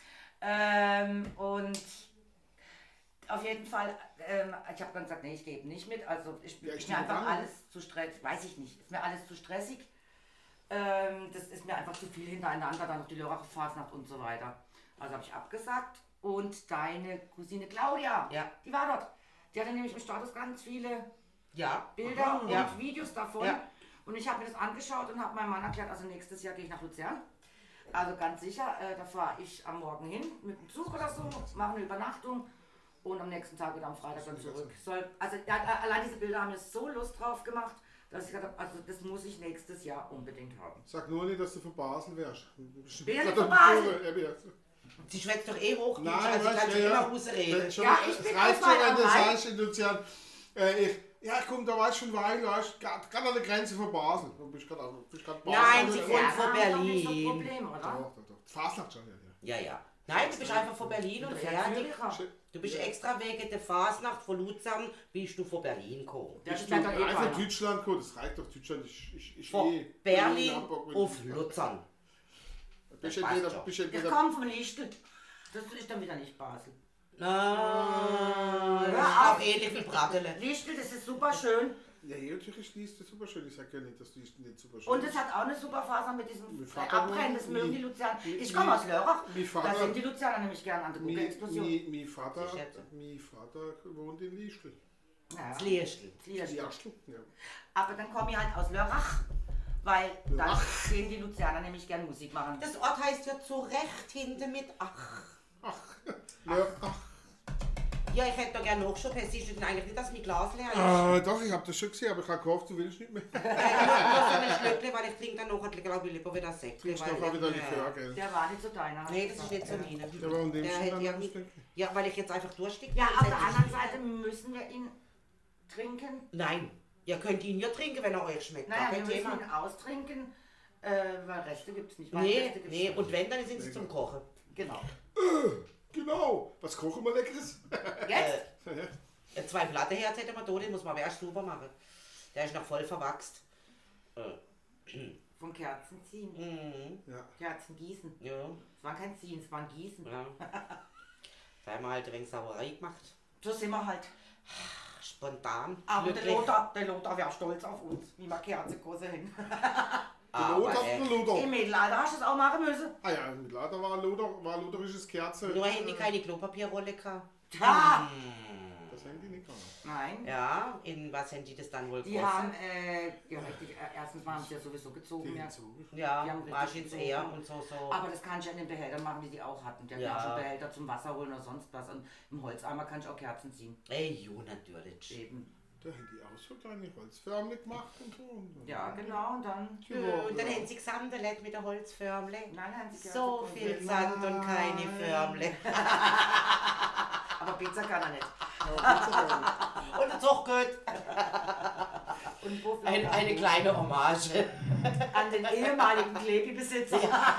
Und auf jeden Fall, ich habe dann gesagt, nee, ich gehe nicht mit, also ist mir einfach alles zu stressig, weiß ich nicht, ist mir alles zu stressig. Das ist mir einfach zu viel hintereinander, dann noch die Lörrach-Fastnacht und so weiter. Also habe ich abgesagt. Und deine Cousine Claudia, die war dort. Die hatte nämlich im Status ganz viele Bilder und Videos davon. Ja. Und ich habe mir das angeschaut und habe meinem Mann erklärt, also nächstes Jahr gehe ich nach Luzern. Also ganz sicher, da fahre ich am Morgen hin mit dem Zug oder so, mache eine Übernachtung und am nächsten Tag oder am Freitag dann zurück. Allein diese Bilder haben mir so Lust drauf gemacht, dass ich gesagt habe, also das muss ich nächstes Jahr unbedingt haben. Sag nur nicht, dass du von Basel wärst. Wer ist von Basel? Sie schwätzt doch eh hoch, nein, also ich kann schon immer rausreden. Es reicht schon, wenn du sagst in Luzern, ich komme da weißt schon Wein, gerade an der Grenze von Basel. Du bist gerade Basel. Nein, sie kommt von Berlin. Das ist ein Problem, oder? Doch. Fastnacht schon, ja. Nein, du bist einfach von Berlin und fertig. Du bist extra wegen der Fastnacht von Luzern, bist du von Berlin gekommen. Das ist einfach Deutschland gekommen, das reicht doch. Deutschland ist von Berlin auf Luzern. Das kommt vom Lichtel. Das ist dann wieder nicht Basel. Auch ähnlich wie Bratele. Lichtel, das ist super schön. Ja, natürlich ist das super schön. Ich sage ja nicht, dass die nicht super schön ist. Und es hat auch eine super Faser mit diesem Abbrennen, das mögen die Luzerner. Ich komme aus Lörrach, da sind die Luzerner nämlich gern an der Gucke-Explosion. Mein Vater wohnt in Lichtel. Ja. Lichtel. Ja. Aber dann komme ich halt aus Lörrach. Weil dann gehen die Luzerner nämlich gern Musik machen. Das Ort heißt ja zu Recht hinten mit Ach. Ja, ich hätte da gerne nachgeschaut. Siehst du denn eigentlich nicht, dass mein Glas leer ist? Doch, ich habe das schon gesehen, aber ich habe gehofft, du willst nicht mehr. Nur so ein Schlückchen, weil ich trinke dann noch, glaube ich, lieber wieder Sekt. Trinkst doch auch wieder Likör, gell? Der war nicht so deiner. Nee, das ist nicht so meiner. Der war um den Ja, weil ich jetzt einfach durstig bin. Ja, auf der anderen Seite müssen wir ihn trinken. Nein. Ihr könnt ihn ja trinken, wenn er euch schmeckt. Naja, wir müssen ihn austrinken, weil Reste gibt es nicht. Nee, und wenn, dann sind sie zum Kochen. Genau. Genau. Was kochen wir Leckeres? Jetzt? 2 Platteherz hätte man da, den muss man aber erst sauber machen. Der ist noch voll verwachst. Vom Kerzen ziehen. Ja. Kerzen gießen. Ja. Es war kein Ziehen, es war ein Gießen. Ja. Da haben wir halt ein wenig Sauerei gemacht. So sind wir halt. Spontan. Aber der Lothar wäre stolz auf uns, wie wir Kerzenkurse hin. Der Lothar. Im Mittelalter hast du es auch machen müssen. Ah ja, im Mittelalter war lutherisches Kerze. Nur hätten die keine Klopapierrolle gehabt. Das haben die nicht gehabt. Nein. Ja, in was haben die das dann wohl Die haben, erstens mal haben sie ja sowieso gezogen. Ja, Marschins eher und so. Aber das kann ich ja in den Behältern machen, die die auch hatten. Die hatten ja auch schon Behälter zum Wasser holen oder sonst was. Und im Holzeimer kann ich auch Kerzen ziehen. Ey, jo, natürlich. Eben. Da haben die auch so kleine Holzförmchen gemacht und so. Ja, genau, und dann... Und dann haben sie gesammelt mit der Holzförmle. Nein, haben sie So viel Sand und keine Förmle. Aber Pizza kann er nicht. Und das ist auch gut. Und Buffalo Eine kleine Hommage. an den ehemaligen Klebi-Besitzer.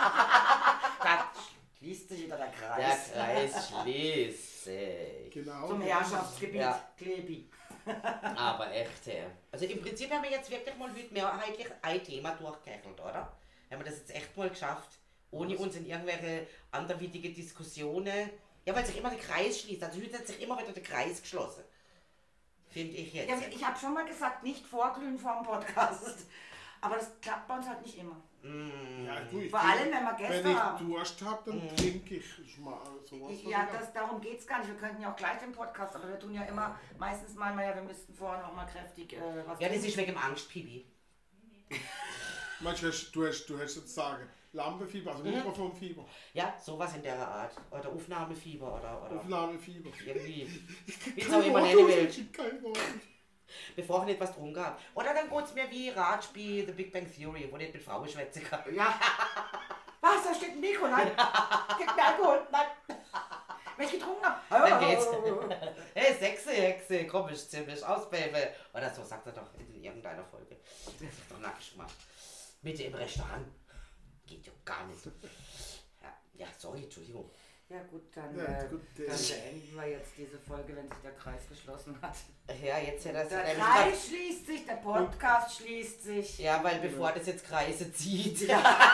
Da schließt sich wieder der Der Kreis. Kreis schließt sich. Genau. Zum Herrschaftsgebiet Ja. Klebi. Aber echt, ja. Also im Prinzip haben wir jetzt wirklich mal heute mehrheitlich ein Thema durchgehechelt, oder? Haben wir das jetzt echt mal geschafft, ohne uns in irgendwelche anderweitige Diskussionen... Ja, weil sich immer der Kreis schließt. Also heute hat sich immer wieder der Kreis geschlossen. Finde ich jetzt. Ja, ich habe schon mal gesagt, nicht vorglühen vor dem Podcast. Aber das klappt bei uns halt nicht immer. Ja, du, Vor allem, wenn wir Gäste Wenn haben. ich Durst habe, dann trinke ich mal sowas. Ja, darum geht es gar nicht. Wir könnten ja auch gleich den Podcast, aber wir tun ja immer, meistens meinen wir ja, wir müssten vorher noch mal kräftig was Ja, das trinken. ist wegen dem Angstpipi. Manchmal du hast sozusagen Lampenfieber, also Mikrofonfieber, Ja, sowas in der Art. Oder Aufnahmefieber oder Aufnahmefieber. irgendwie. Wie es auch immer nennen will. Ich kein Wort. Bevor ich nicht was drum gehabt. Oder dann geht es mir wie Ratspiel The Big Bang Theory, wo ich nicht mit Frauen schwätzen kann. Ja. Was? Da steht ein Mikro? Nein. Gib mir Alkohol. Nein. Wenn ich getrunken habe. Dann geht's. Hey, Hexe, komm, ich zieh mich aus, Baby. Oder so sagt er doch in irgendeiner Folge. Das ist doch nackig gemacht. Mitte im Restaurant. Geht ja gar nicht. Ja, sorry, Entschuldigung. Ja gut, dann, Ja, gut, dann beenden wir jetzt diese Folge, wenn sich der Kreis geschlossen hat. Ja, jetzt hätte das Der nämlich Kreis schließt sich, der Podcast schließt sich. ja, weil bevor das jetzt Kreise zieht.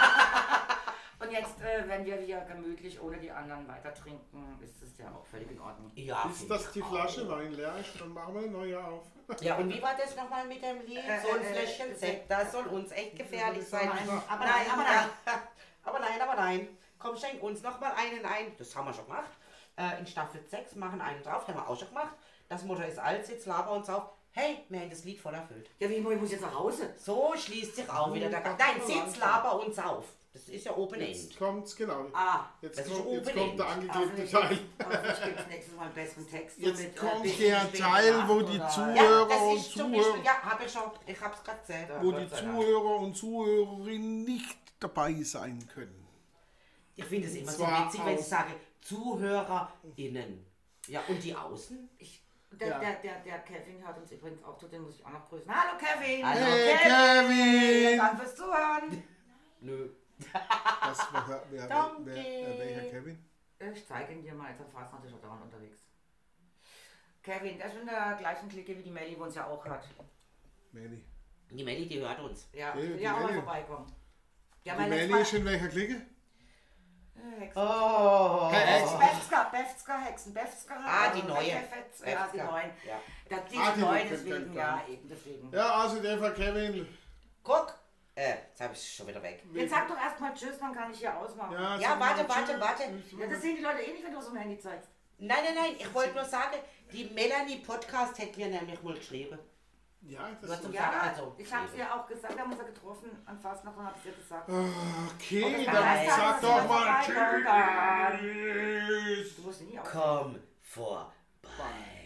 Und jetzt, wenn wir wieder gemütlich ohne die anderen weiter trinken, ist es ja auch völlig in Ordnung. Ja, Bis das die Flasche Wein leer ist, dann machen wir eine neue auf. Ja, und wie war das nochmal mit dem Lied? So ein Fläschchen Sekt, das soll uns echt gefährlich sein. Nein, aber Nein, nein, aber nein. aber nein. Komm, schenk uns nochmal einen ein. Das haben wir schon gemacht. In Staffel 6 machen einen drauf, haben wir auch schon gemacht. Das Motto ist alt, jetzt laber uns auf. Hey, wir haben das Lied voll erfüllt. Ja, wie, ich muss jetzt nach Hause? So schließt sich auch wieder der Nein, sitz, laber uns auf. Das ist ja Open Jetzt End. kommt's, genau. Ah, Jetzt das ist kommt Open der End. angeklebte Teil. Hoffentlich gibt es nächstes Mal einen besseren Text. Jetzt mit, kommt bisschen der später Teil, wo Nacht die oder- Zuhörer- Ja, das und ist zum Zuhörer- Beispiel, ja, hab ich schon. Ich hab's gerade gesehen. Wo Gott die sei Dank. Zuhörer und Zuhörerinnen nicht dabei sein können. Ich finde es immer so Zwar witzig, wenn ich aus- sage ZuhörerInnen. Ja, und die Außen? Der Kevin hört uns übrigens auch zu, den muss ich auch noch grüßen. Hallo Kevin! Hallo, Hey Kevin! Danke fürs Zuhören! Nö. Was war welcher Kevin? Ich zeige ihn dir mal, jetzt erfahrst du natürlich auch dauernd unterwegs. Kevin, der ist in der gleichen Clique wie die Melli, wo uns ja auch hört. Melli. Die Melli, die hört uns. Ja, Die die auch mal Melli. vorbeikommen. Ja, Die Melli ist in welcher Clique? Hexen. Oh. Befzger, Hexen, Befzger. Ah, die neue. Ja, die Befzger. neuen. Ja. Die Ah, die neuen, neuen, deswegen, ja. ja, eben deswegen. Ja, also der Fall Kevin. Guck. Jetzt habe ich schon wieder weg. Jetzt sag doch erstmal Tschüss, dann kann ich hier ausmachen. Ja, sag mal warte. tschüss. Ja, das sehen die Leute eh nicht, wenn du aus dem Handy zeigst. Nein, ich wollte nur sagen, die Melanie Podcast hätte mir nämlich mal geschrieben. Ja, Nur das zum ist... Sagen, Ja, also. ich hab's ihr auch gesagt, wir haben uns ja getroffen an Fastnacht und hab es ihr gesagt. Okay, dann dann heißt sag das, doch dass mal wir vorbeikommen. tschüss. Du musst ihn nie auf. Komm vorbei.